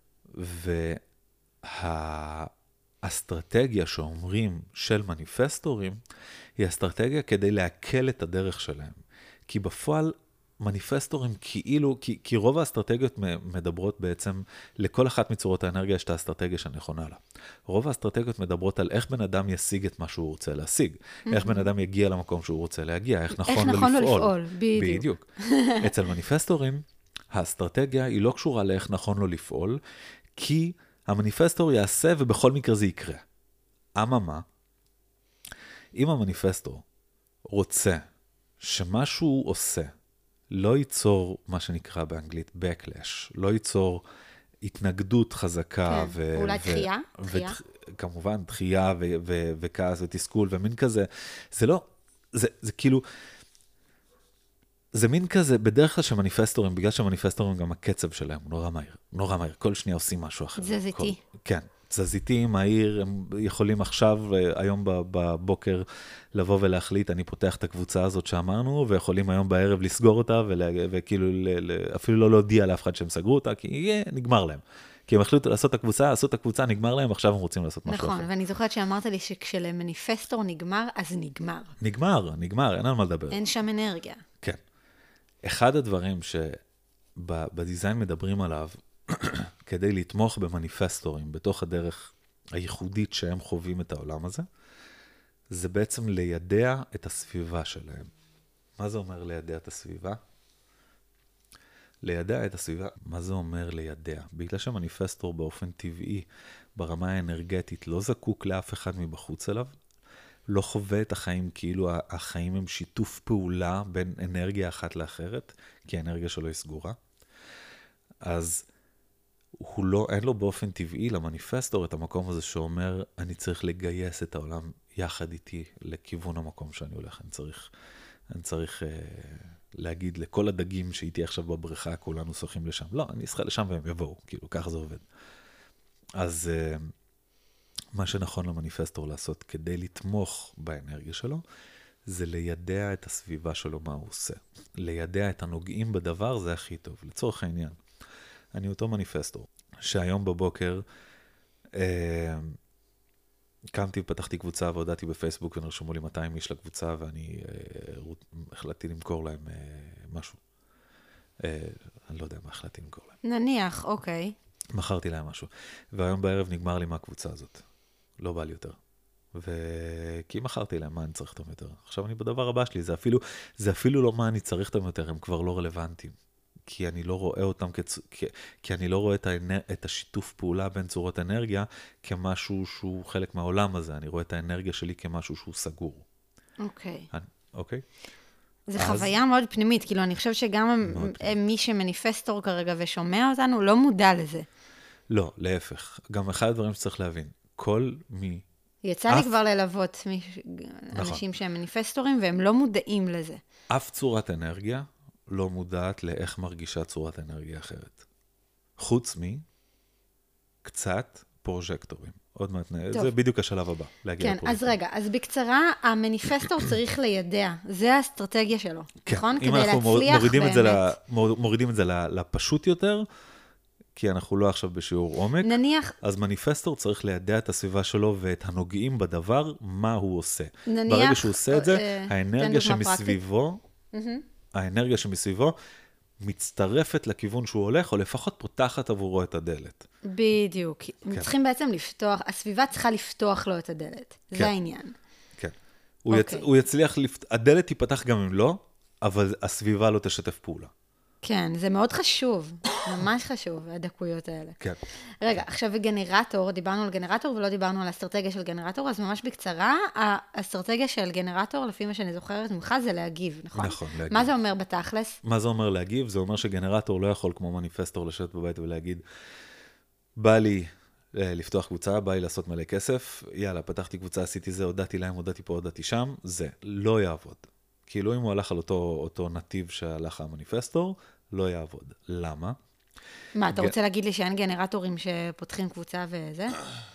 והאסטרטגיה שאומרים של מניפסטורים, היא אסטרטגיה כדי להקל את הדרך שלהם. כי בפועל מניפסטורים כאילו, כי, כי רוב האסטרטגיות מדברות בעצם, לכל אחת מצורות האנרגיה יש את האסטרטגיה שנכונה לה. רוב האסטרטגיות מדברות על איך בן אדם ישיג את מה שהוא רוצה להשיג, mm-hmm. איך בן אדם יגיע למקום שהוא רוצה להגיע, איך נכון, איך לו נכון לפעול. לו לפעול, בדיוק. בדיוק. אצל מניפסטורים, האסטרטגיה היא לא קשורה לאיך נכון לו לפעול, כי המניפסטור יעשה ובכל מקרה זה יקרה. אממה, אם המניפסטור רוצה שמה שהוא עושה, לא ייצור מה שנקרא באנגלית backlash, לא ייצור התנגדות חזקה. כן, ו- אולי דחייה? ו- כמובן, דחייה ו- ו- וכעס ותסכול ומין כזה. זה לא, זה, זה כאילו, זה מין כזה, בדרך כלל שמניפסטורים, בגלל שמניפסטורים גם הקצב שלהם הוא נורא מהיר, נורא מהיר, כל שנייה עושים משהו אחר. תזזיתי. כל, כן, תזזיתי, מהיר, הם יכולים עכשיו, היום בבוקר, לבוא ולהחליט, אני פותח את הקבוצה הזאת שאמרנו, ויכולים היום בערב לסגור אותה, ולה, וכאילו אפילו לא להודיע לאף אחד שהם סגרו אותה, כי יהיה, נגמר להם. כי הם החליטו לעשות את הקבוצה, לעשות את הקבוצה, נגמר להם, עכשיו הם רוצים לעשות משהו אחר. נכון, ואני זוכרת שאמרת לי שכשלמניפסטור נגמר, אז נגמר. נגמר, נגמר, אין על מה לדבר. אין שם אנרגיה. כן. אחד הדברים שבדיזיין מדברים עליו, כדי לתמוך במניפסטורים, בתוך הדרך הייחודית שהם חווים את העולם הזה, זה בעצם לידע את הסביבה שלהם. מה זה אומר לידע את הסביבה? לידע את הסביבה, מה זה אומר לידע? בגלל שמניפסטור באופן טבעי, ברמה האנרגטית, לא זקוק לאף אחד מבחוץ אליו, לא חווה את החיים כאילו החיים הם שיתוף פעולה בין אנרגיה אחת לאחרת, כי האנרגיה שלו היא סגורה. אז הוא לא, אין לו באופן טבעי למניפסטור את המקום הזה שאומר, אני צריך לגייס את העולם יחד איתי לכיוון המקום שאני הולך. אני צריך, אני צריך אה, להגיד לכל הדגים שהייתי עכשיו בבריכה, כולנו שוחים לשם. לא, אני אשחה לשם והם יבואו, כאילו, ככה זה עובד. אז אה, מה שנכון למניפסטור לעשות כדי לתמוך באנרגיה שלו, זה לידע את הסביבה שלו מה הוא עושה. לידע את הנוגעים בדבר זה הכי טוב. לצורך העניין, אני אותו מניפסטור, שהיום בבוקר אה, קמתי ופתחתי קבוצה והודעתי בפייסבוק ונרשמו לי מאתיים איש לקבוצה ואני אה, החלטתי למכור להם אה, משהו. אה, אני לא יודע מה החלטתי למכור להם. נניח, אוקיי. מכרתי להם משהו. והיום בערב נגמר לי מהקבוצה הזאת. לא בא לי יותר. וכי מכרתי להם, מה אני צריך אותם יותר? עכשיו אני בדבר הבא שלי, זה אפילו, זה אפילו לא מה אני צריך אותם יותר, הם כבר לא רלוונטיים. כי אני לא רואה אותם, כצ... כי, כי אני לא רואה את, האנר... את השיתוף פעולה בין צורות אנרגיה כמשהו שהוא חלק מהעולם הזה. אני רואה את האנרגיה שלי כמשהו שהוא סגור. אוקיי. אני... אוקיי? זו אז... חוויה מאוד פנימית, כאילו אני חושב שגם מי שמניפסטור כרגע ושומע אותנו לא מודע לזה. לא, להפך. גם אחד הדברים שצריך להבין, כל מי... יצא לי כבר ללוות אנשים שהם מניפסטורים, והם לא מודעים לזה. אף צורת אנרגיה לא מודעת לאיך מרגישה צורת אנרגיה אחרת. חוץ מקצת פרוז'קטורים. עוד מעט, זה בדיוק השלב הבא, להגיע לפרוז'קטורים. כן, אז רגע, אז בקצרה, המניפסטור צריך לידע. זה האסטרטגיה שלו, נכון? כדי להצליח באמת. מורידים את זה לפשוט יותר, כי אנחנו לא עכשיו בשיעור עומק, נניח... אז מניפסטור צריך לידע את הסביבה שלו ואת הנוגעים בדבר, מה הוא עושה. נניח... ברגע שהוא עושה את זה, האנרגיה שמסביבו, האנרגיה שמסביבו, מצטרפת לכיוון שהוא הולך, או לפחות פותחת עבורו את הדלת. בדיוק. כן. צריכים בעצם לפתוח, הסביבה צריכה לפתוח לו את הדלת. כן. זה העניין. כן. הוא, okay. יצ... הוא יצליח, לפ... הדלת תיפתח גם אם לא, אבל הסביבה לא תשתף פעולה. כן, זה מאוד חשוב, ממש חשוב, הדקויות האלה. כן. רגע, עכשיו גנרטור, דיברנו על גנרטור ולא דיברנו על אסטרטגיה של גנרטור, אז ממש בקצרה, האסטרטגיה של גנרטור, לפי מה שאני זוכרת ממך, זה להגיב, נכון? נכון, להגיב. מה זה אומר בתכלס? מה זה אומר להגיב? זה אומר שגנרטור לא יכול כמו מניפסטור לשבת בבית ולהגיד, בא לי לפתוח קבוצה, בא לי לעשות מלא כסף, יאללה, פתחתי קבוצה, עשיתי זה, הודעתי להם, הודעתי פה, הודעתי שם, זה לא יעבוד. כאילו אם הוא הלך על אותו, אותו נתיב שהלך המניפסטור, לא יעבוד. למה? מה, אתה רוצה להגיד לי שאין גנרטורים שפותחים קבוצה וזה?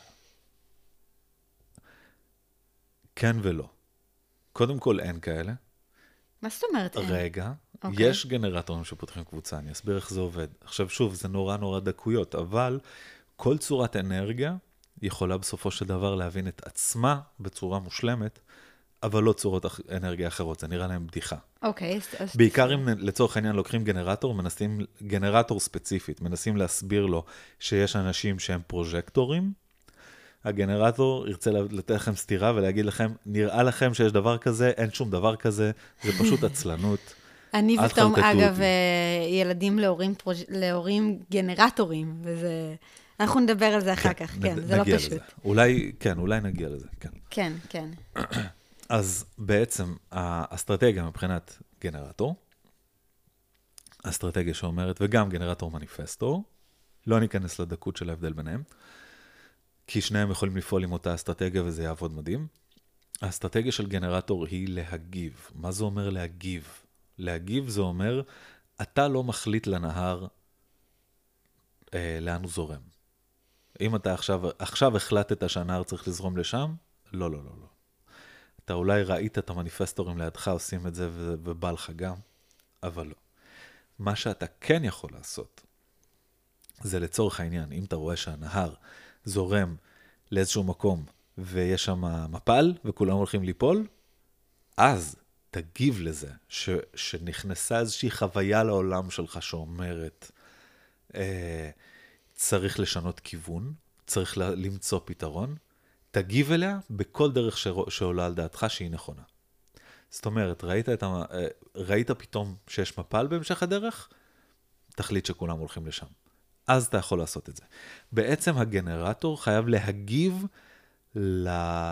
כן ולא. קודם כל אין כאלה. מה זאת אומרת אין? רגע, יש גנרטורים שפותחים קבוצה, אני אסביר איך זה עובד. עכשיו שוב, זה נורא נורא דקויות, אבל כל צורת אנרגיה יכולה בסופו של דבר להבין את עצמה בצורה מושלמת, אבל לא צורות אנרגיה אחרות, זה נראה להם בדיחה. אוקיי. בעיקר אם לצורך העניין לוקחים גנרטור, מנסים, גנרטור ספציפית, מנסים להסביר לו שיש אנשים שהם פרוז'קטורים, הגנרטור ירצה לתת לכם סתירה ולהגיד לכם, נראה לכם שיש דבר כזה, אין שום דבר כזה, זה פשוט עצלנות. אני ותום, אגב, ילדים להורים גנרטורים, וזה... אנחנו נדבר על זה אחר כך, כן, זה לא פשוט. אולי, כן, אולי נגיע לזה, כן. כן, כן. אז בעצם האסטרטגיה מבחינת גנרטור, אסטרטגיה שאומרת, וגם גנרטור מניפסטור, לא ניכנס לדקות של ההבדל ביניהם, כי שניהם יכולים לפעול עם אותה אסטרטגיה וזה יעבוד מדהים. האסטרטגיה של גנרטור היא להגיב. מה זה אומר להגיב? להגיב זה אומר, אתה לא מחליט לנהר אה, לאן הוא זורם. אם אתה עכשיו, עכשיו החלטת שהנהר צריך לזרום לשם, לא, לא, לא, לא. אתה אולי ראית את המניפסטורים לידך עושים את זה ובא לך גם, אבל לא. מה שאתה כן יכול לעשות, זה לצורך העניין, אם אתה רואה שהנהר זורם לאיזשהו מקום ויש שם מפל וכולם הולכים ליפול, אז תגיב לזה ש, שנכנסה איזושהי חוויה לעולם שלך שאומרת, אה, צריך לשנות כיוון, צריך למצוא פתרון, תגיב אליה בכל דרך שעולה על דעתך שהיא נכונה. זאת אומרת, ראית, את ה... ראית פתאום שיש מפל בהמשך הדרך, תחליט שכולם הולכים לשם. אז אתה יכול לעשות את זה. בעצם הגנרטור חייב להגיב ל...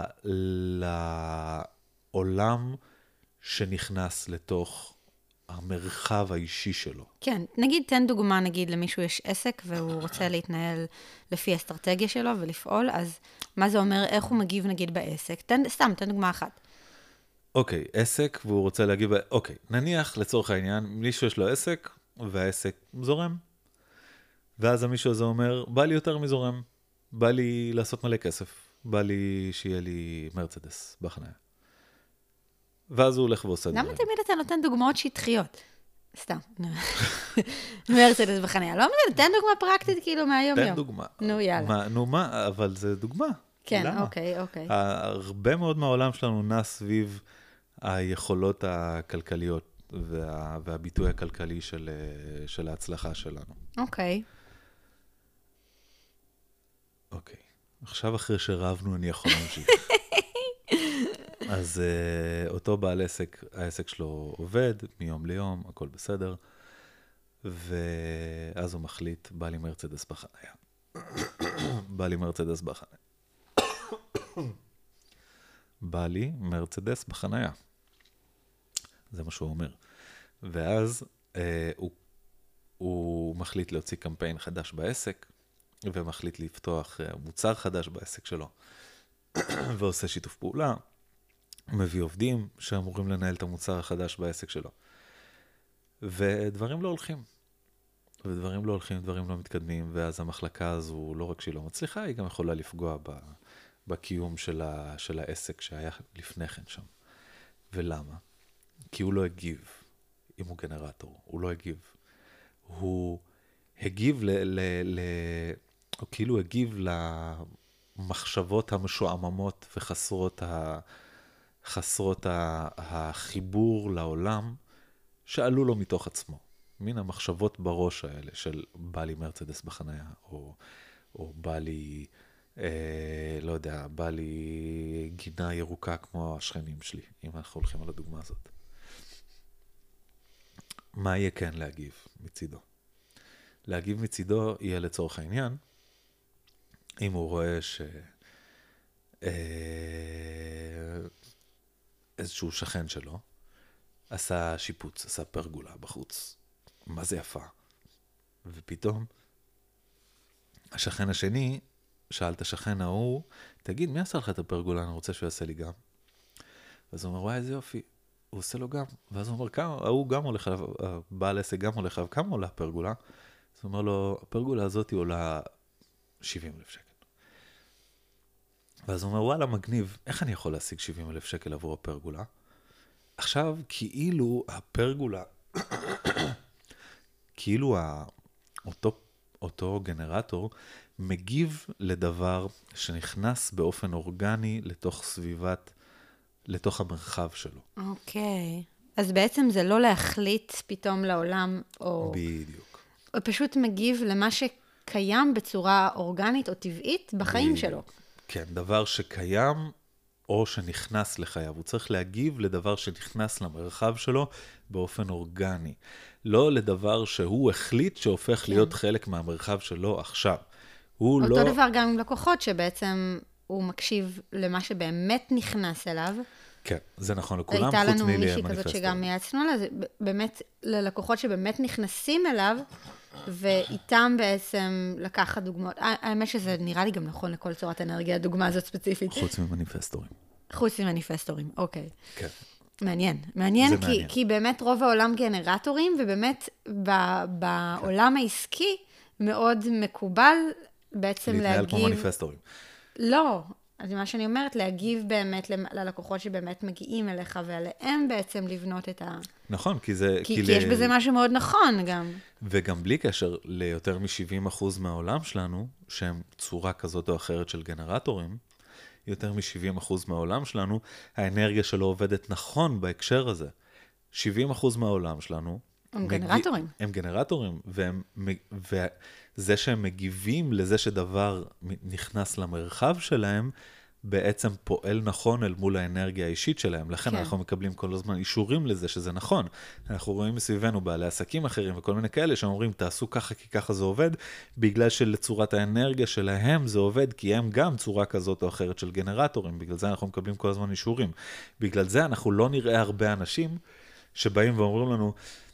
לעולם שנכנס לתוך המרחב האישי שלו. כן, נגיד, תן דוגמה, נגיד, למישהו יש עסק, והוא רוצה להתנהל לפי האסטרטגיה שלו ולפעול, אז מה זה אומר, איך הוא מגיב, נגיד, בעסק? תן, סתם, תן דוגמה אחת. אוקיי, עסק, והוא רוצה להגיב, אוקיי, נניח לצורך העניין, מישהו יש לו עסק, והעסק זורם. ואז המישהו הזה אומר, בא לי יותר מזורם, בא לי לעשות מלא כסף, בא לי שיהיה לי מרצדס בחניה. ואז הוא הולך ועושה דברים. למה תמיד אתה נותן דוגמאות שטחיות? סתם. מרצדס בחניה. לא מבין, תן דוגמה פרקטית כאילו מהיום יום. תן דוגמה. נו, יאללה. נו, מה, אבל זה דוגמה. כן, אוקיי, אוקיי. הרבה מאוד מהעולם שלנו נע סביב היכולות הכלכליות וה, והביטוי הכלכלי של, של ההצלחה שלנו. אוקיי. אוקיי. עכשיו אחרי שרבנו אני יכול להמשיך. אז uh, אותו בעל עסק, העסק שלו עובד מיום ליום, הכל בסדר, ואז הוא מחליט, בא לי מרצדס בחניה. בא לי מרצדס בחניה. בא לי מרצדס בחניה. זה מה שהוא אומר. ואז אה, הוא, הוא מחליט להוציא קמפיין חדש בעסק, ומחליט לפתוח אה, מוצר חדש בעסק שלו, ועושה שיתוף פעולה, מביא עובדים שאמורים לנהל את המוצר החדש בעסק שלו. ודברים לא הולכים. ודברים לא הולכים, דברים לא מתקדמים, ואז המחלקה הזו, לא רק שהיא לא מצליחה, היא גם יכולה לפגוע ב, בקיום של, ה, של העסק שהיה לפני כן שם. ולמה? כי הוא לא הגיב, אם הוא גנרטור, הוא לא הגיב. הוא הגיב ל... ל, ל הוא כאילו הגיב למחשבות המשועממות וחסרות ה, חסרות ה, החיבור לעולם, שעלו לו מתוך עצמו. מן המחשבות בראש האלה של בא לי מרצדס בחניה, או, או בא לי, אה, לא יודע, בא לי גינה ירוקה כמו השכנים שלי, אם אנחנו הולכים על הדוגמה הזאת. מה יהיה כן להגיב מצידו? להגיב מצידו יהיה לצורך העניין, אם הוא רואה ש... אה, איזשהו שכן שלו, עשה שיפוץ, עשה פרגולה בחוץ. מה זה יפה? ופתאום, השכן השני, שאל את השכן ההוא, תגיד, מי עשה לך את הפרגולה? אני רוצה שהוא יעשה לי גם. אז הוא אומר, וואי, איזה יופי. הוא עושה לו גם. ואז הוא אומר, כמה, ההוא גם הולך עליו, בעל עסק גם הולך עליו, כמה עולה הפרגולה? אז הוא אומר לו, הפרגולה הזאת היא עולה שבעים אלף שקל. ואז הוא אומר, וואלה, מגניב, איך אני יכול להשיג שבעים אלף שקל עבור הפרגולה? עכשיו, כאילו הפרגולה, כאילו אותו, אותו גנרטור מגיב לדבר שנכנס באופן אורגני לתוך סביבת, לתוך המרחב שלו. אוקיי. אז בעצם זה לא להחליט פתאום לעולם, או... בדיוק. הוא פשוט מגיב למה שקיים בצורה אורגנית או טבעית בחיים בדיוק. שלו. כן, דבר שקיים או שנכנס לחייו. הוא צריך להגיב לדבר שנכנס למרחב שלו באופן אורגני. לא לדבר שהוא החליט שהופך כן. להיות חלק מהמרחב שלו עכשיו. הוא אותו לא... דבר גם עם לקוחות, שבעצם הוא מקשיב למה שבאמת נכנס אליו. כן, זה נכון לכולם, חוץ מלי המניפסטור. מישהי הייתה לנו מישהי כזאת שגם מייעצנו לה, זה באמת ללקוחות שבאמת נכנסים אליו, ואיתם בעצם לקחת דוגמאות. האמת שזה נראה לי גם נכון לכל צורת אנרגיה, הדוגמה הזאת ספציפית. חוץ ממניפסטורים. חוץ ממניפסטורים, אוקיי. כן. מעניין, מעניין, כי, מעניין. כי באמת רוב העולם גנרטורים, ובאמת ב, בעולם כן. העסקי מאוד מקובל בעצם להתנהל להגיב... כמו מניפסטורים. לא, אז מה שאני אומרת, להגיב באמת ללקוחות שבאמת מגיעים אליך, ועליהם בעצם לבנות את ה... נכון, כי זה... כי, כי, כי יש ל... בזה משהו מאוד נכון גם. וגם בלי קשר ליותר מ-שבעים אחוז מהעולם שלנו, שהם צורה כזאת או אחרת של גנרטורים, יותר מ-שבעים אחוז מהעולם שלנו, האנרגיה שלו עובדת נכון בהקשר הזה. שבעים אחוז מהעולם שלנו... הם מג... גנרטורים. הם גנרטורים, והם... וזה שהם מגיבים לזה שדבר נכנס למרחב שלהם, בעצם פועל נכון אל מול האנרגיה האישית שלהם. לכן כן. אנחנו מקבלים כל הזמן אישורים לזה שזה נכון. אנחנו רואים מסביבנו בעלי עסקים אחרים וכל מיני כאלה שאומרים, תעשו ככה כי ככה זה עובד, בגלל שלצורת האנרגיה שלהם זה עובד, כי הם גם צורה כזאת או אחרת של גנרטורים. בגלל זה אנחנו מקבלים כל הזמן אישורים. בגלל זה אנחנו לא נראה הרבה אנשים שבאים ואומרים לנו,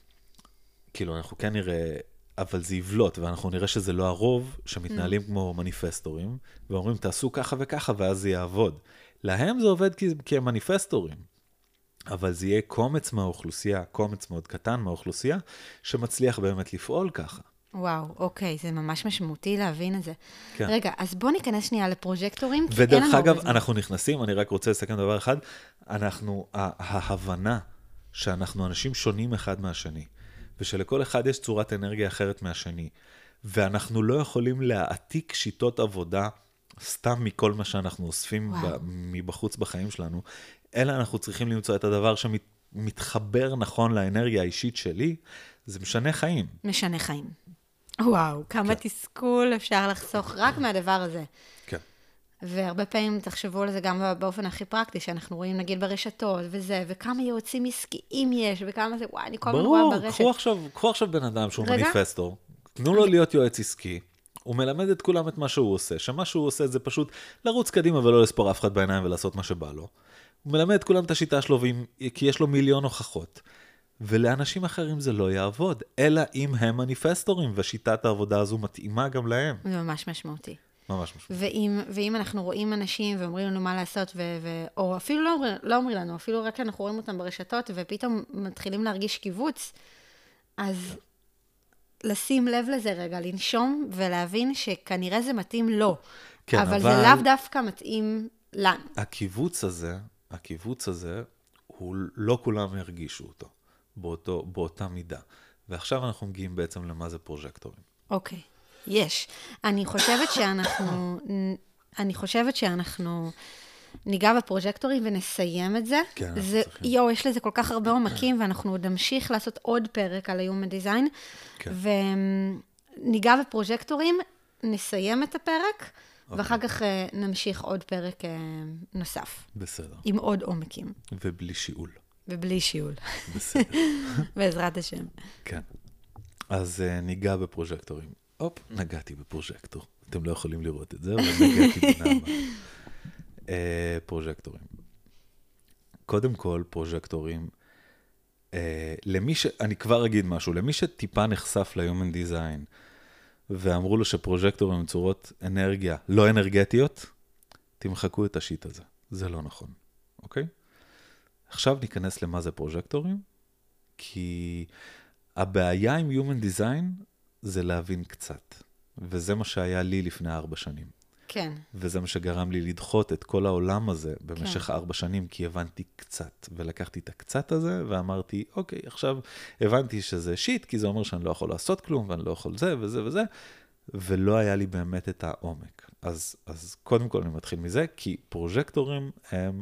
כאילו אנחנו כן נראה... אבל זה יבלוט, ואנחנו נראה שזה לא הרוב שמתנהלים mm. כמו מניפסטורים, ואומרים, תעשו ככה וככה, ואז זה יעבוד. להם זה עובד כי, כי הם מניפסטורים, אבל זה יהיה קומץ מהאוכלוסייה, קומץ מאוד קטן מהאוכלוסייה, שמצליח באמת לפעול ככה. וואו, אוקיי, זה ממש משמעותי להבין את זה. כן. רגע, אז בוא ניכנס שנייה לפרוז'קטורים, כי ודרך אגב, אנחנו נכנסים, אני רק רוצה לסכם דבר אחד, אנחנו, ההבנה שאנחנו אנשים שונים אחד מהשני, ושלכל אחד יש צורת אנרגיה אחרת מהשני. ואנחנו לא יכולים להעתיק שיטות עבודה סתם מכל מה שאנחנו אוספים ב- מבחוץ בחיים שלנו, אלא אנחנו צריכים למצוא את הדבר מתחבר נכון לאנרגיה האישית שלי, זה משנה חיים. משנה חיים. וואו, כמה כן. תסכול אפשר לחסוך רק מהדבר הזה. כן. והרבה פעמים תחשבו על זה גם באופן הכי פרקטי, שאנחנו רואים נגיד ברשתות וזה, וכמה יועצים עסקיים יש, וכמה זה, וואי, אני כל הזמן רואה ברשת. ברור, קחו עכשיו, קחו עכשיו בן אדם שהוא רגע. מניפסטור, תנו לו להיות יועץ עסקי, הוא מלמד את כולם את מה שהוא עושה, שמה שהוא עושה זה פשוט לרוץ קדימה ולא לספור אף אחד בעיניים ולעשות מה שבא לו. הוא מלמד את כולם את השיטה שלו, כי יש לו מיליון הוכחות. ולאנשים אחרים זה לא יעבוד, אלא אם הם מניפסטורים, ושיטת העבודה הזו מתאימה גם להם. זה ממש משמעותי. ממש משמעותי. ואם, ואם אנחנו רואים אנשים ואומרים לנו מה לעשות, ו, ו, או אפילו לא, אומר, לא אומרים לנו, אפילו רק אנחנו רואים אותם ברשתות, ופתאום מתחילים להרגיש קיבוץ, אז לשים לב לזה רגע, לנשום ולהבין שכנראה זה מתאים לו. כן, אבל, אבל זה לאו דווקא מתאים לנו. הקיבוץ הזה, הקיבוץ הזה, הוא לא כולם הרגישו אותו, באותו, באותה מידה. ועכשיו אנחנו מגיעים בעצם למה זה פרוז'קטורים. אוקיי, יש. אני חושבת שאנחנו, אני חושבת שאנחנו ניגע בפרוז'קטורים ונסיים את זה. כן, זה, צריכים. יו, יש לזה כל כך הרבה עומקים, ואנחנו עוד נמשיך לעשות עוד פרק על ה-Human Design, כן. וניגע בפרוז'קטורים, נסיים את הפרק, ואחר כך נמשיך עוד פרק נוסף. בסדר. עם עוד עומקים. ובלי שיעול. ובלי שיעול. בסדר. בעזרת השם. כן. אז uh, ניגע בפרוז'קטורים. הופ, נגעתי בפרוז'קטור. אתם לא יכולים לראות את זה, אבל נגעתי בנעמה. uh, פרוז'קטורים. קודם כל, פרוז'קטורים, uh, למי ש... אני כבר אגיד משהו, למי שטיפה נחשף ל-Human Design, ואמרו לו שפרוז'קטורים הם צורות אנרגיה לא אנרגטיות, תמחקו את השיט הזה. זה לא נכון, אוקיי? עכשיו ניכנס למה זה פרוז'קטורים, כי הבעיה עם Human Design זה להבין קצת, וזה מה שהיה לי לפני ארבע שנים. כן. וזה מה שגרם לי לדחות את כל העולם הזה במשך ארבע שנים, כי הבנתי קצת, ולקחתי את הקצת הזה, ואמרתי, אוקיי, עכשיו הבנתי שזה שיט, כי זה אומר שאני לא יכול לעשות כלום, ואני לא יכול זה וזה וזה, ולא היה לי באמת את העומק. אז, אז קודם כל אני מתחיל מזה, כי פרוז'קטורים הם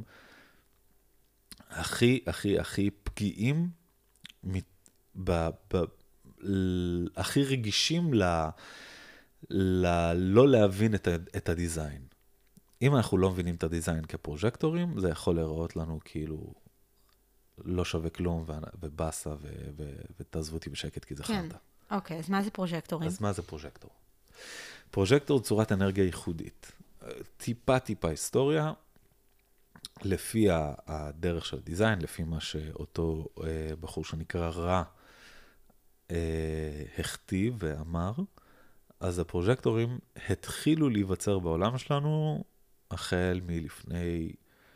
הכי, הכי, הכי פגיעים, ב, ב, ל, הכי רגישים ל... ל- לא להבין את, ה- את הדיזיין. אם אנחנו לא מבינים את הדיזיין כפרוז'קטורים, זה יכול להיראות לנו כאילו לא שווה כלום, ו- ובאסה, ו- ו- ותעזבו אותי בשקט, כי זה כן. חרטה. אוקיי, אז מה זה פרוז'קטורים? אז מה זה פרוז'קטור? פרוז'קטור צורת אנרגיה ייחודית. טיפה טיפה היסטוריה, לפי הדרך של הדיזיין, לפי מה שאותו אה, בחור שנקרא רע אה, הכתיב ואמר, אז הפרוז'קטורים התחילו להיווצר בעולם שלנו החל מלפני,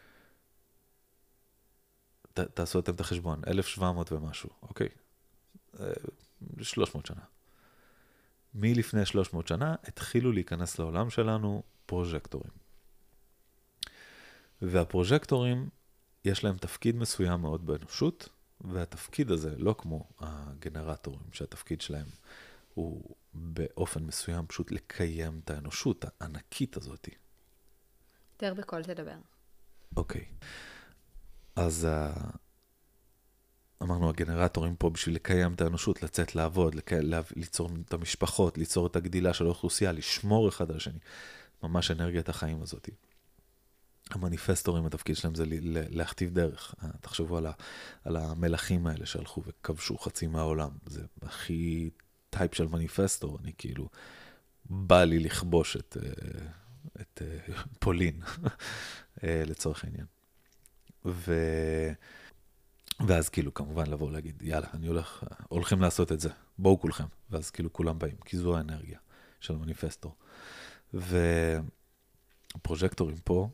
ת, תעשו אתם את החשבון, אלף שבע מאות ומשהו, אוקיי? שלוש מאות שנה. מלפני שלוש מאות שנה התחילו להיכנס לעולם שלנו פרוז'קטורים. והפרוז'קטורים יש להם תפקיד מסוים מאוד באנושות, והתפקיד הזה לא כמו הגנרטורים, שהתפקיד שלהם הוא באופן מסוים פשוט לקיים את האנושות הענקית הזאת. יותר בכל תדבר. אוקיי. אז uh, אמרנו, הגנרטורים פה בשביל לקיים את האנושות, לצאת לעבוד, לק... ליצור את המשפחות, ליצור את הגדילה של האוכלוסייה, לשמור אחד על השני. ממש אנרגיית החיים הזאת. המניפסטורים, התפקיד שלהם זה להכתיב דרך. תחשבו על, ה... על המלכים האלה שהלכו וכבשו חצי מהעולם. זה הכי טייפ של מניפסטור, אני כאילו, בא לי לכבוש את, את פולין, לצורך העניין. ו... ואז כאילו כמובן לבוא להגיד, יאללה, אני הולך, הולכים לעשות את זה, בואו כולכם. ואז כאילו כולם באים, כי זו האנרגיה של המניפסטור. והפרוז'קטורים פה,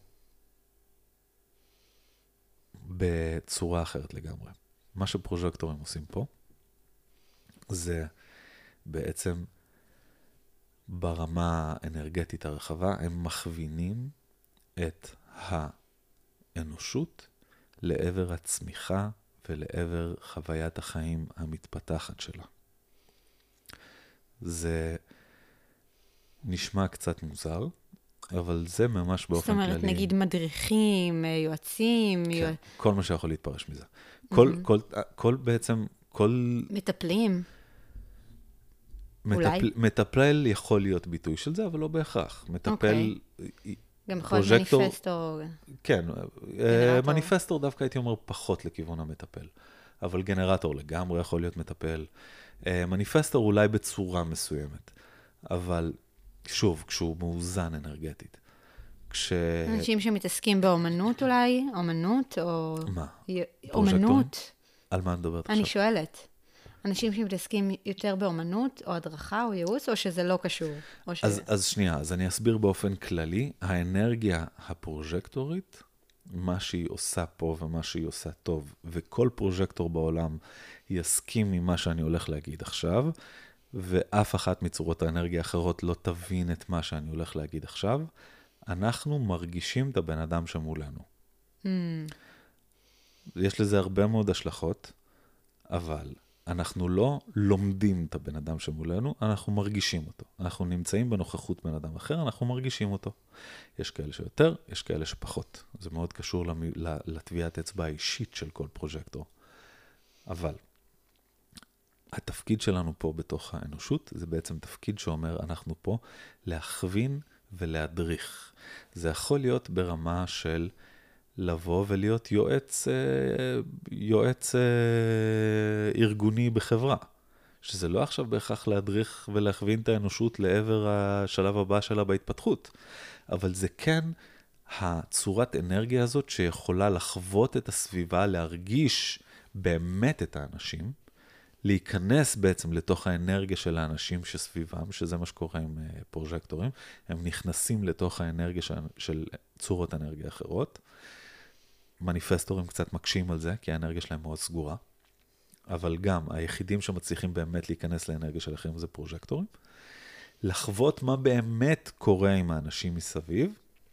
בצורה אחרת לגמרי. מה שפרוז'קטורים עושים פה, זה בעצם ברמה האנרגטית הרחבה, הם מכווינים את האנושות לעבר הצמיחה ולעבר חוויית החיים המתפתחת שלה. זה נשמע קצת מוזר, אבל זה ממש באופן כללי. זאת אומרת, נגיד מדריכים, יועצים. כן, יוע... כל מה שיכול להתפרש מזה. כל, mm-hmm. כל, כל בעצם, כל... מטפלים. מטפל, אולי? מטפל יכול להיות ביטוי של זה, אבל לא בהכרח. מטפל... Okay. גם יכול להיות מניפסטור. כן, גנרטור. מניפסטור דווקא הייתי אומר פחות לכיוון המטפל. אבל גנרטור לגמרי יכול להיות מטפל. מניפסטור אולי בצורה מסוימת. אבל שוב, כשהוא מאוזן אנרגטית. כש... אנשים שמתעסקים באומנות אולי, אומנות או... מה? י... אומנות. על מה מדברת עכשיו? אני שואלת. אנשים שמתעסקים יותר באומנות, או הדרכה, או ייעוץ, או שזה לא קשור? או ש... אז, אז שנייה, אז אני אסביר באופן כללי. האנרגיה הפרוז'קטורית, מה שהיא עושה פה ומה שהיא עושה טוב, וכל פרוז'קטור בעולם יסכים עם מה שאני הולך להגיד עכשיו, ואף אחת מצורות האנרגיה האחרות לא תבין את מה שאני הולך להגיד עכשיו, אנחנו מרגישים את הבן אדם שמולנו. Mm. יש לזה הרבה מאוד השלכות, אבל אנחנו לא לומדים את הבן אדם שמולנו, אנחנו מרגישים אותו. אנחנו נמצאים בנוכחות בן אדם אחר, אנחנו מרגישים אותו. יש כאלה שיותר, יש כאלה שפחות. זה מאוד קשור לטביעת אצבע האישית של כל פרוז'קטור. אבל התפקיד שלנו פה בתוך האנושות, זה בעצם תפקיד שאומר, אנחנו פה להכווין ולהדריך. זה יכול להיות ברמה של לבוא ולהיות יועץ, יועץ ארגוני בחברה. שזה לא עכשיו בהכרח להדריך ולהכווין את האנושות לעבר השלב הבא שלה בהתפתחות. אבל זה כן הצורת אנרגיה הזאת שיכולה לחוות את הסביבה, להרגיש באמת את האנשים, להיכנס בעצם לתוך האנרגיה של האנשים שסביבם, שזה מה שקורה עם פרוז'קטורים, הם נכנסים לתוך האנרגיה של, של צורות אנרגיה אחרות. מניפסטורים קצת מקשים על זה, כי האנרגיה שלהם מאוד סגורה, אבל גם היחידים שמצליחים באמת להיכנס לאנרגיה של אחרים זה פרוז'קטורים. לחוות מה באמת קורה עם האנשים מסביב,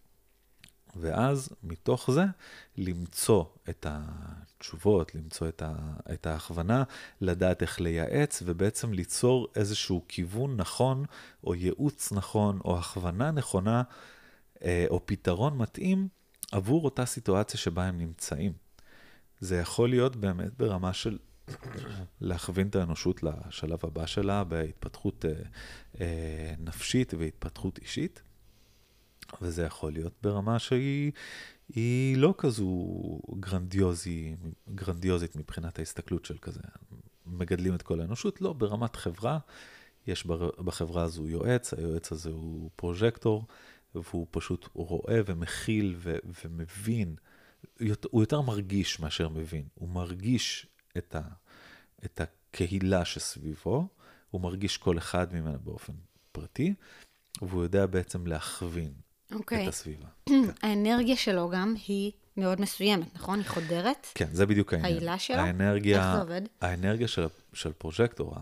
ואז מתוך זה למצוא את התשובות, למצוא את, ה, את ההכוונה, לדעת איך לייעץ, ובעצם ליצור איזשהו כיוון נכון, או ייעוץ נכון, או הכוונה נכונה, או פתרון מתאים, עבור אותה סיטואציה שבה הם נמצאים. זה יכול להיות באמת ברמה של להכווין את האנושות לשלב הבא שלה, בהתפתחות אה, אה, נפשית והתפתחות אישית, וזה יכול להיות ברמה שהיא היא לא כזו גרנדיוזי, גרנדיוזית מבחינת ההסתכלות של כזה. מגדלים את כל האנושות, לא, ברמת חברה, יש בחברה הזו יועץ, היועץ הזה הוא פרוז'קטור, והוא פשוט רואה ומכיל ו- ומבין, הוא יותר מרגיש מאשר מבין, הוא מרגיש את, ה- את הקהילה שסביבו, הוא מרגיש כל אחד ממנה באופן פרטי, והוא יודע בעצם להכווין okay. את הסביבה. האנרגיה שלו גם היא מאוד מסוימת, נכון? היא חודרת? כן, זה בדיוק העניין. העילה שלו? האנרגיה, איך זה עובד? האנרגיה של, של פרוז'קטור,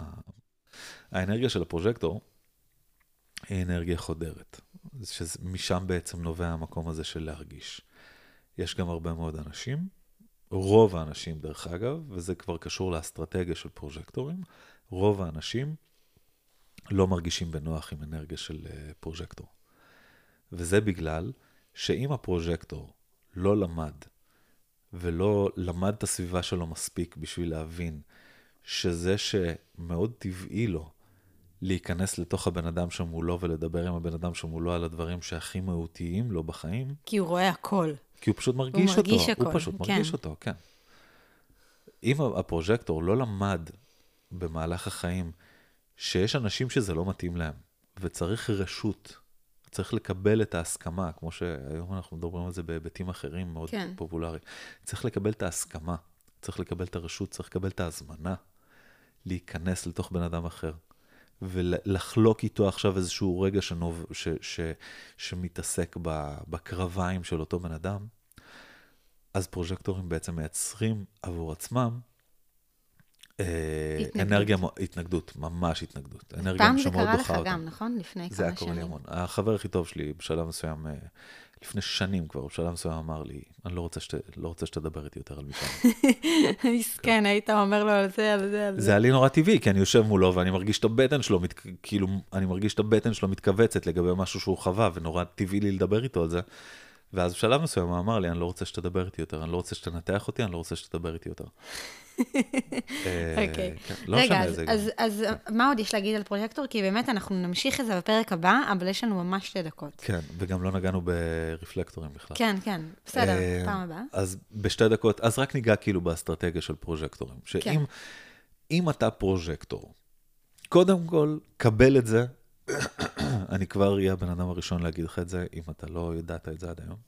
האנרגיה של הפרוז'קטור היא אנרגיה חודרת. משם בעצם נובע המקום הזה של להרגיש. יש גם הרבה מאוד אנשים, רוב האנשים דרך אגב, וזה כבר קשור לאסטרטגיה של פרוז'קטורים, רוב האנשים לא מרגישים בנוח עם אנרגיה של פרוז'קטור. וזה בגלל שאם הפרוז'קטור לא למד, ולא למד את הסביבה שלו מספיק בשביל להבין שזה שמאוד טבעי לו להיכנס לתוך הבן אדם שמולו ולדבר עם הבן אדם שמולו על הדברים שהכי מהותיים לו בחיים. כי הוא רואה הכל. כי הוא פשוט מרגיש הוא מרגיש אותו. הכל, הוא פשוט כן. מרגיש אותו, כן. אם הפרוז'קטור לא למד במהלך החיים שיש אנשים שזה לא מתאים להם, וצריך רשות, צריך לקבל את ההסכמה, כמו שהיום אנחנו מדברים על זה בהיבטים אחרים מאוד כן. פופולרי. צריך לקבל את ההסכמה, צריך לקבל את הרשות, צריך לקבל את ההזמנה להיכנס לתוך בן אדם אחר. ולחלוק איתו עכשיו איזשהו רגע שנוב, ש, ש, שמתעסק בקרביים של אותו בן אדם, אז פרוז'קטורים בעצם מייצרים עבור עצמם אנרגיה, התנגדות, ממש התנגדות. פעם זה קרה לך גם, נכון? לפני כמה שנים. זה היה קורה לי המון. החבר הכי טוב שלי, בשלב מסוים, לפני שנים כבר, בשלב מסוים אמר לי, אני לא רוצה, שת, לא רוצה שתדבר איתי יותר על משם. מסכן, היית אומר לו על זה, על זה, על זה. זה היה לי נורא טבעי, כי אני יושב מולו, ואני מרגיש את הבטן שלו, מת, כאילו, אני מרגיש את הבטן שלו מתכווצת לגבי משהו שהוא חווה, ונורא טבעי לי לדבר איתו על זה. ואז בשלב מסוים הוא אמר לי, אני לא רוצה שתדבר איתי יותר, אני לא רוצה שתנתח אותי, אני לא רוצה שתדבר איתי יותר. אוקיי. רגע, אז מה עוד יש להגיד על פרוג'קטור? כי באמת אנחנו נמשיך את זה בפרק הבא, אבל יש לנו ממש שתי דקות. כן, וגם לא נגענו ברפלקטורים בכלל. כן, כן, בסדר, פעם הבאה. אז בשתי דקות, אז רק ניגע כאילו באסטרטגיה של פרוג'קטורים. שאם אתה פרוג'קטור, קודם כל, קבל את זה, אני כבר אהיה הבן אדם הראשון להגיד לך את זה, אם אתה לא ידעת את זה עד היום,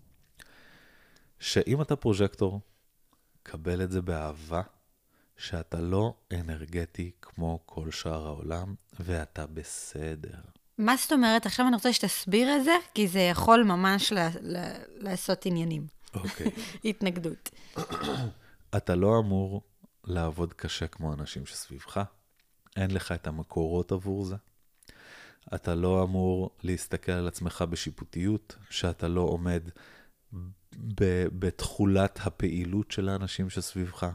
שאם אתה פרוג'קטור, קבל את זה באהבה, שאתה לא אנרגטי כמו כל שאר העולם, ואתה בסדר. מה זאת אומרת? עכשיו אני רוצה שתסביר את זה, כי זה יכול ממש ל- ל- לעשות עניינים. אוקיי. התנגדות. אתה לא אמור לעבוד קשה כמו אנשים שסביבך, אין לך את המקורות עבור זה. אתה לא אמור להסתכל על עצמך בשיפוטיות, שאתה לא עומד ב- בתחולת הפעילות של האנשים שסביבך.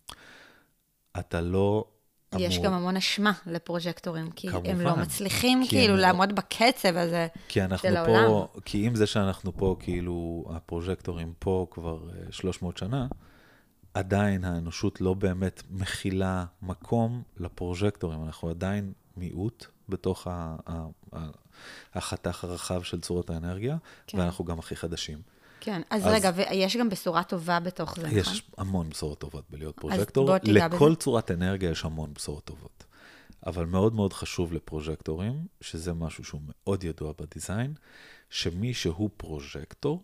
אתה לא אמור... יש גם המון אשמה לפרוג'קטורים, כי כמובן, הם לא מצליחים כאילו הם... לעמוד בקצב הזה כי אנחנו של פה, העולם. כי אם זה שאנחנו פה, כאילו הפרוג'קטורים פה כבר שלוש מאות שנה, עדיין האנושות לא באמת מכילה מקום לפרוג'קטורים. אנחנו עדיין מיעוט בתוך ה- ה- ה- החתך הרחב של צורות האנרגיה, כן. ואנחנו גם הכי חדשים. כן, אז, אז רגע, ויש גם בשורה טובה בתוך זה, יש נכון? המון בשורות טובות בלהיות פרוג'קטור. לכל בזה. צורת אנרגיה יש המון בשורות טובות. אבל מאוד מאוד חשוב לפרוג'קטורים, שזה משהו שהוא מאוד ידוע בדיזיין, שמי שהוא פרוג'קטור,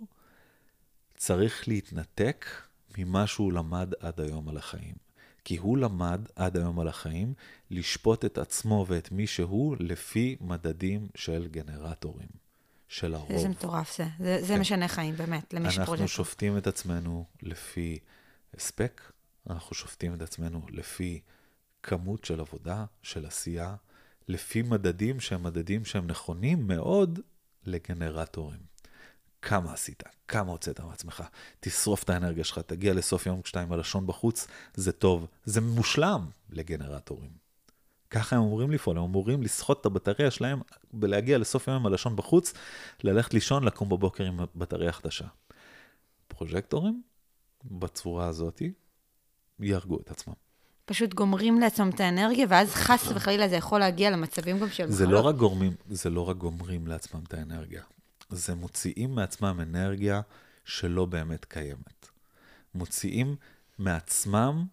צריך להתנתק ממה שהוא למד עד היום על החיים. כי הוא למד עד היום על החיים לשפוט את עצמו ואת מי שהוא לפי מדדים של גנרטורים. של הרוב. איזה מטורף זה. זה, זה כן. משנה חיים, באמת, למי שפרוג'קטור. אנחנו שופטים את עצמנו לפי הספק, אנחנו שופטים את עצמנו לפי כמות של עבודה, של עשייה, לפי מדדים שהם מדדים שהם נכונים מאוד לגנרטורים. כמה עשית, כמה הוצאת מעצמך, תשרוף את האנרגיה שלך, תגיע לסוף יום כשתיים הלשון בחוץ, זה טוב, זה מושלם לגנרטורים. ככה הם אמורים לפעול, הם אמורים לסחוט את הבטריה שלהם, ולהגיע לסוף יום עם הלשון בחוץ, ללכת לישון, לקום בבוקר עם בטריה חדשה. פרוג'קטורים, בצורה הזאת, ירגו את עצמם. פשוט גומרים לעצמם את האנרגיה, ואז חס וחלילה זה יכול להגיע למצבים גם של מחלות. זה לא רק גורמים, זה לא רק גומרים לעצמם את האנרגיה. זה מוציאים מעצמם אנרגיה שלא באמת קיימת. מוציאים מעצמם,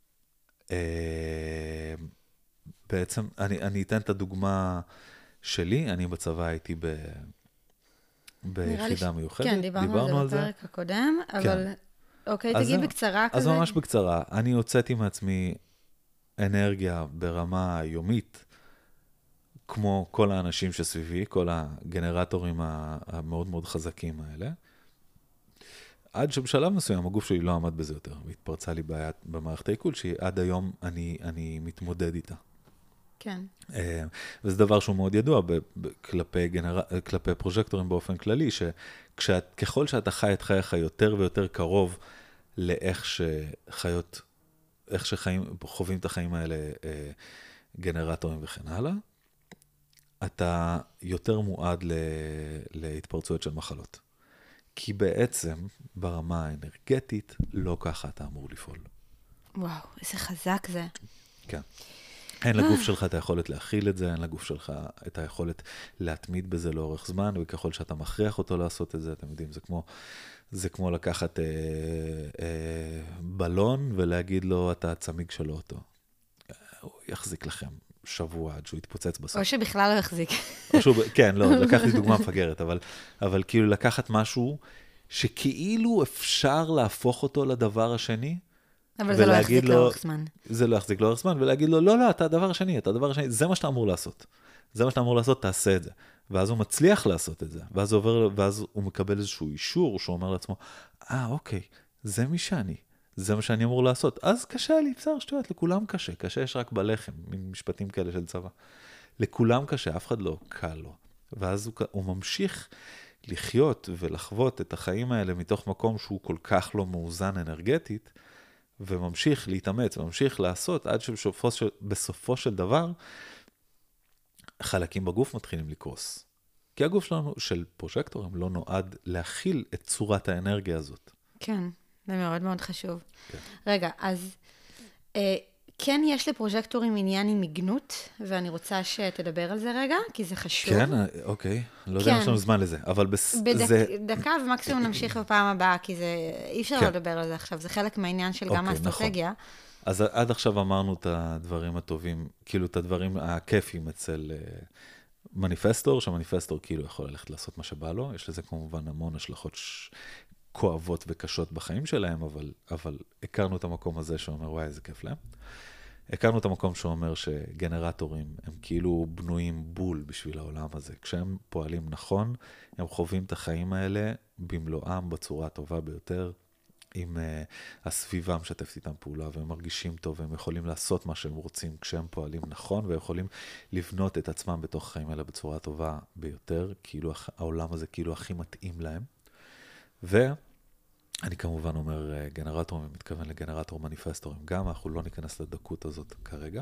אה, בעצם, אני, אני אתן את הדוגמה שלי, אני בצבא הייתי ב, ביחידה מיוחדת. כן, דיברנו, דיברנו על זה בפרק הקודם, אבל כן. אוקיי, תגיד בקצרה אז כזה. אז ממש בקצרה, אני הוצאתי מעצמי אנרגיה ברמה יומית, כמו כל האנשים שסביבי, כל הגנרטורים המאוד מאוד חזקים האלה, עד שבשלב מסוים הגוף שלי לא עמד בזה יותר, והתפרצה לי בעיה במערכת העיכול, שעד היום אני, אני מתמודד איתה. כן. וזה דבר שהוא מאוד ידוע כלפי, גנר... כלפי פרוג'קטורים באופן כללי, שככל שאתה חי את חייך יותר ויותר קרוב לאיך שחיות, איך שחיים, חווים את החיים האלה גנרטורים וכן הלאה, אתה יותר מועד ל... להתפרצויות של מחלות. כי בעצם ברמה האנרגטית לא ככה אתה אמור לפעול. וואו, איזה חזק זה. כן. אין לגוף שלך את היכולת להכיל את זה, אין לגוף שלך את היכולת להתמיד בזה לאורך זמן, וככל שאתה מכריח אותו לעשות את זה, אתם יודעים, זה כמו, זה כמו לקחת אה, אה, בלון ולהגיד לו, אתה צמיג שלו אותו. הוא יחזיק לכם שבוע עד שהוא יתפוצץ בסוף. או שבכלל לא יחזיק. או שהוא, כן, לא, לקחתי דוגמה מפגרת, אבל, אבל כאילו לקחת משהו שכאילו אפשר להפוך אותו לדבר השני, אבל זה לא יחזיק לאורך זמן. זה לא יחזיק לאורך זמן, ולהגיד לו, לא, לא, אתה הדבר השני, אתה הדבר השני, זה מה שאתה אמור לעשות. זה מה שאתה אמור לעשות, תעשה את זה. ואז הוא מצליח לעשות את זה, ואז הוא, עובר, ואז הוא מקבל איזשהו אישור, שהוא אומר לעצמו, אה, אוקיי, זה מי שאני, זה מה שאני אמור לעשות. אז קשה לי, בסדר, שטויות, לכולם קשה. קשה יש רק בלחם, מין משפטים כאלה של צבא. לכולם קשה, אף אחד לא קל לו. ואז הוא, הוא ממשיך לחיות ולחוות את החיים האלה מתוך מקום שהוא כל כך לא מאוזן אנרגטית, וממשיך להתאמץ, וממשיך לעשות, עד שבסופו של דבר, חלקים בגוף מתחילים לקרוס. כי הגוף שלנו, של פרוז'קטורים, לא נועד להכיל את צורת האנרגיה הזאת. כן, זה מאוד מאוד חשוב. כן. רגע, אז אה, כן יש לפרוז'קטורים עניין עם מגנות, ואני רוצה שתדבר על זה רגע, כי זה חשוב. כן, אוקיי. לא יודע אם יש לנו זמן לזה, אבל בס... בדק, זה... דקה ומקסימום נמשיך בפעם הבאה, כי זה, אי אפשר כן. לדבר על זה עכשיו, זה חלק מהעניין של אוקיי, גם האסטרטגיה. נכון. אז עד עכשיו אמרנו את הדברים הטובים, כאילו את הדברים הכיפים אצל uh, מניפסטור, שהמניפסטור כאילו יכול ללכת לעשות מה שבא לו, יש לזה כמובן המון השלכות ש... כואבות וקשות בחיים שלהם, אבל, אבל הכרנו את המקום הזה שאומר, וואי, איזה כיף להם. הכרנו את המקום שאומר שגנרטורים הם כאילו בנויים בול בשביל העולם הזה. כשהם פועלים נכון, הם חווים את החיים האלה במלואם בצורה הטובה ביותר, עם uh, הסביבה משתפת איתם פעולה, והם מרגישים טוב, והם יכולים לעשות מה שהם רוצים כשהם פועלים נכון, ויכולים לבנות את עצמם בתוך החיים האלה בצורה הטובה ביותר, כאילו העולם הזה כאילו הכי מתאים להם. ואני כמובן אומר גנרטור, אני מתכוון לגנרטור מניפסטורים, גם אנחנו לא ניכנס לדקות הזאת כרגע,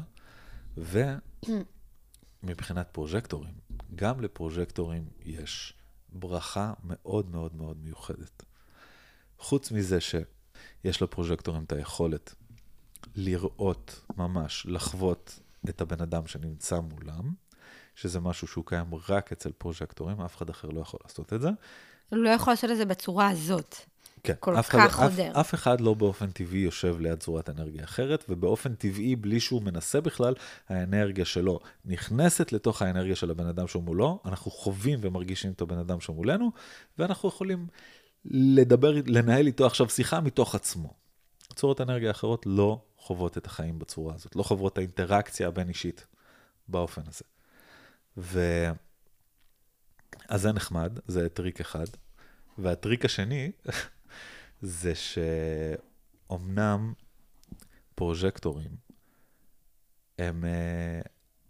ומבחינת פרוז'קטורים, גם לפרוז'קטורים יש ברכה מאוד מאוד מאוד מיוחדת. חוץ מזה שיש לפרוז'קטורים את היכולת לראות ממש, לחוות את הבן אדם שנמצא מולם, שזה משהו שהוא קיים רק אצל פרוז'קטורים, אף אחד אחר לא יכול לעשות את זה. הוא לא יכול לעשות את זה בצורה הזאת. כן, כל אף כך אחד, חודר. אף, אף אחד לא באופן טבעי יושב ליד צורת אנרגיה אחרת, ובאופן טבעי, בלי שהוא מנסה בכלל, האנרגיה שלו נכנסת לתוך האנרגיה של הבן אדם שמולו, אנחנו חווים ומרגישים את הבן אדם שמולנו, ואנחנו יכולים לדבר, לנהל איתו עכשיו שיחה מתוך עצמו. צורות אנרגיה אחרות לא חוות את החיים בצורה הזאת, לא חוות את האינטראקציה הבין אישית באופן הזה. ו... אז זה נחמד, זה טריק אחד. והטריק השני, זה שאומנם פרוז'קטורים הם uh,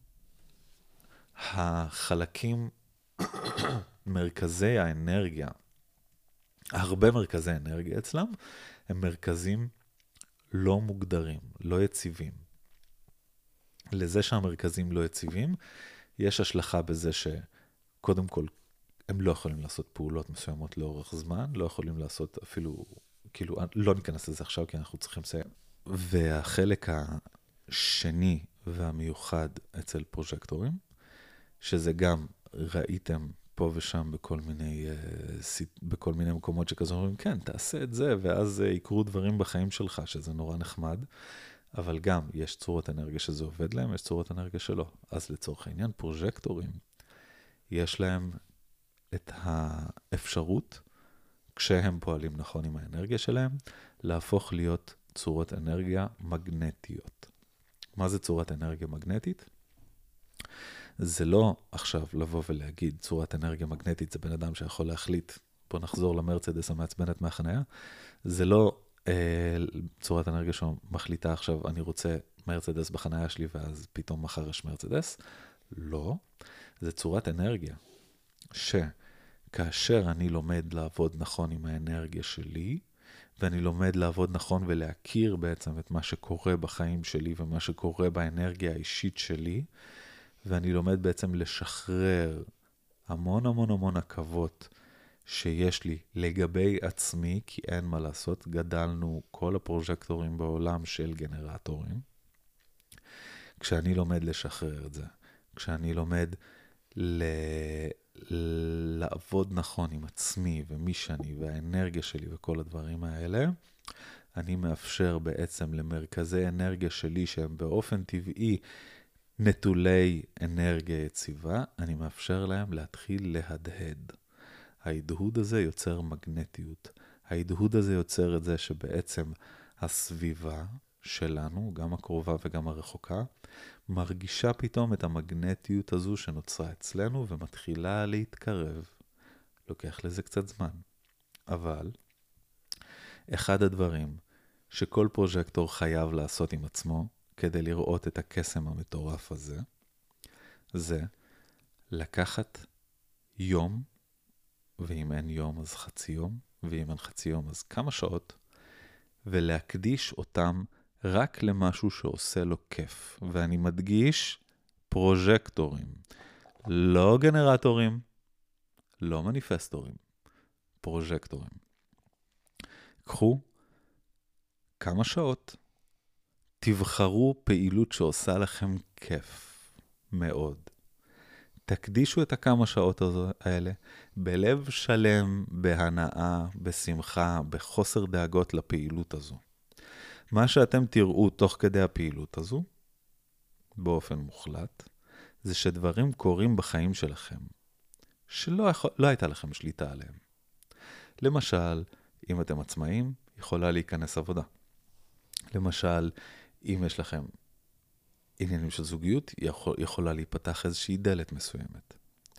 החלקים, מרכזי האנרגיה, הרבה מרכזי אנרגיה אצלם, הם מרכזים לא מוגדרים, לא יציבים. לזה שהמרכזים לא יציבים, יש השלכה בזה שקודם כל, הם לא יכולים לעשות פעולות מסוימות לאורך זמן, לא יכולים לעשות אפילו, כאילו, לא ניכנס לזה עכשיו, כי אנחנו צריכים לסיים. והחלק השני והמיוחד אצל פרוז'קטורים, שזה גם ראיתם פה ושם בכל מיני, בכל מיני מקומות שכזה אומרים, כן, תעשה את זה, ואז יקרו דברים בחיים שלך, שזה נורא נחמד, אבל גם יש צורות אנרגיה שזה עובד להם, יש צורות אנרגיה שלא. אז לצורך העניין, פרוז'קטורים, יש להם את האפשרות, כשהם פועלים נכון עם האנרגיה שלהם, להפוך להיות צורות אנרגיה מגנטיות. מה זה צורת אנרגיה מגנטית? זה לא עכשיו לבוא ולהגיד, צורת אנרגיה מגנטית זה בן אדם שיכול להחליט, בוא נחזור למרצדס המעצבנת מהחניה, זה לא אה, צורת אנרגיה שמחליטה עכשיו, אני רוצה מרצדס בחניה שלי, ואז פתאום מחר יש מרצדס. לא, זה צורת אנרגיה. שכאשר אני לומד לעבוד נכון עם האנרגיה שלי, ואני לומד לעבוד נכון ולהכיר בעצם את מה שקורה בחיים שלי, ומה שקורה באנרגיה האישית שלי, ואני לומד בעצם לשחרר המון המון המון עכבות שיש לי לגבי עצמי, כי אין מה לעשות, גדלנו כל הפרוז'קטורים בעולם של גנרטורים. כשאני לומד לשחרר את זה, כשאני לומד ל... לעבוד נכון עם עצמי ומי שאני והאנרגיה שלי וכל הדברים האלה, אני מאפשר בעצם למרכזי אנרגיה שלי שהם באופן טבעי נטולי אנרגיה יציבה, אני מאפשר להם להתחיל להדהד. ההדהוד הזה יוצר מגנטיות. ההדהוד הזה יוצר את זה שבעצם הסביבה שלנו, גם הקרובה וגם הרחוקה, מרגישה פתאום את המגנטיות הזו שנוצרה אצלנו ומתחילה להתקרב. לוקח לזה קצת זמן. אבל אחד הדברים שכל פרוז'קטור חייב לעשות עם עצמו, כדי לראות את הקסם המטורף הזה, זה לקחת יום, ואם אין יום אז חצי יום, ואם אין חצי יום אז כמה שעות, ולהקדיש אותם רק למשהו שעושה לו כיף. ואני מדגיש פרוז'קטורים, לא גנרטורים, לא מניפסטורים, פרוז'קטורים. קחו כמה שעות, תבחרו פעילות שעושה לכם כיף מאוד. תקדישו את הכמה שעות האלה בלב שלם, בהנאה, בשמחה, בחוסר דאגות לפעילות הזו. מה שאתם תראו תוך כדי הפעילות הזו, באופן מוחלט, זה שדברים קורים בחיים שלכם, שלא לא הייתה לכם שליטה עליהם. למשל, אם אתם עצמאים, יכולה להיכנס עבודה. למשל, אם יש לכם עניינים של זוגיות, יכול, יכולה להיפתח איזושהי דלת מסוימת.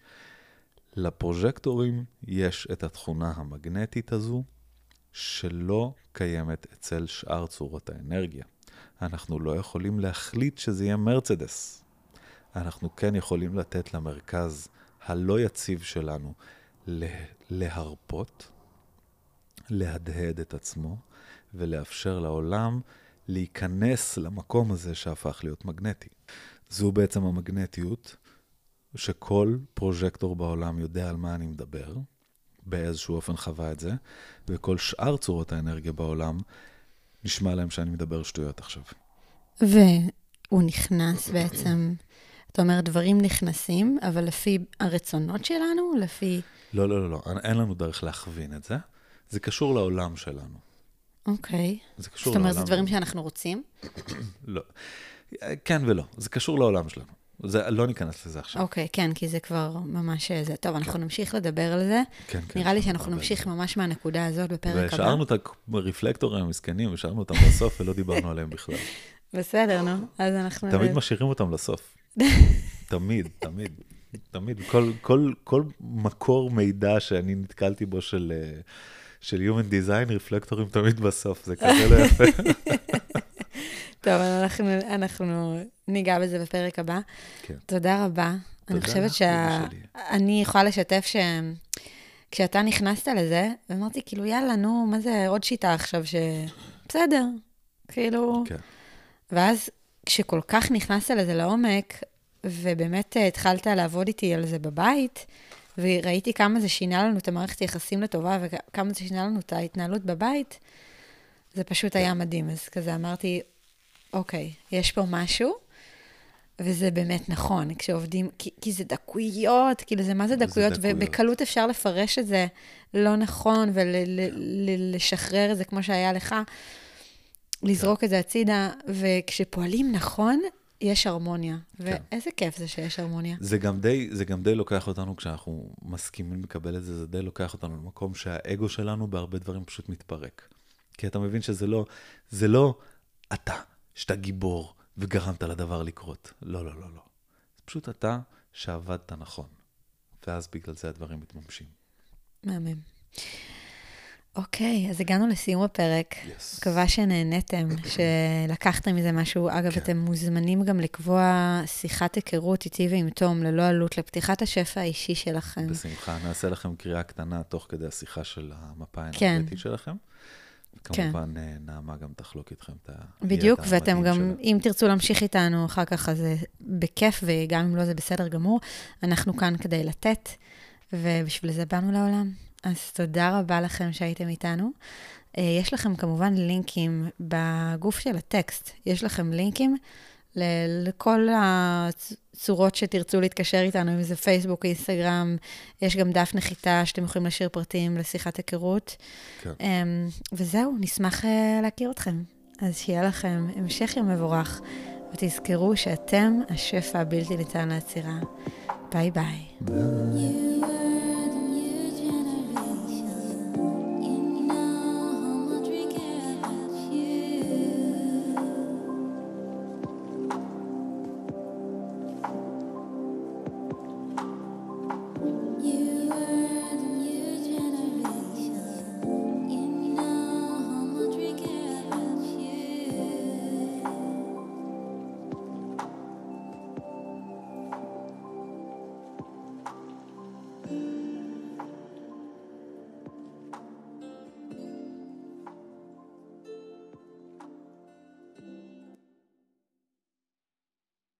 לפרוז'קטורים יש את התכונה המגנטית הזו, שלא קיימת אצל שאר צורות האנרגיה. אנחנו לא יכולים להחליט שזה יהיה מרצדס. אנחנו כן יכולים לתת למרכז הלא יציב שלנו להרפות, להדהד את עצמו, ולאפשר לעולם להיכנס למקום הזה שהפך להיות מגנטי. זו בעצם המגנטיות שכל פרוז'קטור בעולם יודע על מה אני מדבר, באיזשהו אופן חווה את זה, וכל שאר צורות האנרגיה בעולם נשמע להם שאני מדבר שטויות עכשיו. והוא נכנס בעצם, אתה אומר דברים נכנסים, אבל לפי הרצונות שלנו, לפי... לא, לא, לא, לא, אין לנו דרך להכווין את זה. זה קשור לעולם שלנו. אוקיי. זה קשור זאת אומרת, לעולם. זה דברים שאנחנו רוצים? לא. כן ולא. זה קשור לעולם שלנו. זה, לא ניכנס לזה עכשיו. אוקיי, כן, כי זה כבר ממש זה. טוב, אנחנו נמשיך לדבר על זה. כן, כן. נראה לי שאנחנו נמשיך ממש מהנקודה הזאת בפרק הבא. ושארנו את הרפלקטורים המסכנים, ושארנו אותם בסוף, ולא דיברנו עליהם בכלל. בסדר, נו. אז אנחנו... תמיד משאירים אותם לסוף. תמיד, תמיד. תמיד. כל, כל, כל מקור מידע שאני נתקלתי בו של... של Human Design, רפלקטורים תמיד בסוף, זה כזה לא יפה. טוב, אנחנו, אנחנו ניגע בזה בפרק הבא. כן. תודה רבה. תודה. אני חושבת שאני יכולה לשתף שכשאתה נכנסת לזה, ואמרתי, כאילו, יאללה, נו, מה זה עוד שיטה עכשיו ש... בסדר, כאילו... כן. ואז כשכל כך נכנסת לזה לעומק, ובאמת התחלת לעבוד איתי על זה בבית, וראיתי כמה זה שינה לנו את המערכת היחסים לטובה, וכמה זה שינה לנו את ההתנהלות בבית, זה פשוט היה מדהים. אז כזה אמרתי, אוקיי, יש פה משהו, וזה באמת נכון, כשעובדים, כי, כי זה דקויות, כאילו זה מה זה דקויות, זה דקויות. ובקלות אפשר לפרש את זה לא נכון, ולשחרר את זה כמו שהיה לך, לזרוק את זה הצידה, וכשפועלים נכון, יש הרמוניה. ואיזה כיף זה שיש הרמוניה. זה גם די, זה גם די לוקח אותנו, כשאנחנו מסכימים לקבל את זה, זה די לוקח אותנו למקום שהאגו שלנו בהרבה דברים פשוט מתפרק. כי אתה מבין שזה לא, זה לא אתה, שאתה גיבור וגרמת לדבר לקרות. לא, לא, לא, לא. זה פשוט אתה שעבדת נכון. ואז בגלל זה הדברים מתממשים. מהמם. אוקיי, אז הגענו לסיום הפרק. Yes. מקווה שנהנתם, שלקחתם מזה משהו. אגב, כן. אתם מוזמנים גם לקבוע שיחת היכרות איתי ועם תום, ללא עלות, לפתיחת השפע האישי שלכם. בשמחה, נעשה לכם קריאה קטנה תוך כדי השיחה של המפה האנרגטית כן. שלכם. כמובן, כן. נעמה גם תחלוק איתכם את הידע המדהים בדיוק, ואתם גם, שלה. אם תרצו להמשיך איתנו אחר כך, אז זה בכיף, וגם אם לא זה בסדר גמור, אנחנו כאן כדי לתת, ובשביל זה באנו לעולם. אז תודה רבה לכם שהייתם איתנו. יש לכם כמובן לינקים בגוף של הטקסט. יש לכם לינקים לכל הצורות שתרצו להתקשר איתנו, אם זה פייסבוק, אינסטגרם, יש גם דף נחיתה שאתם יכולים לשאיר פרטים לשיחת היכרות. כן. וזהו, נשמח להכיר אתכם. אז שיהיה לכם המשך יום מבורך, ותזכרו שאתם השפע הבלתי ניתן לעצירה. ביי ביי. ביי. ביי.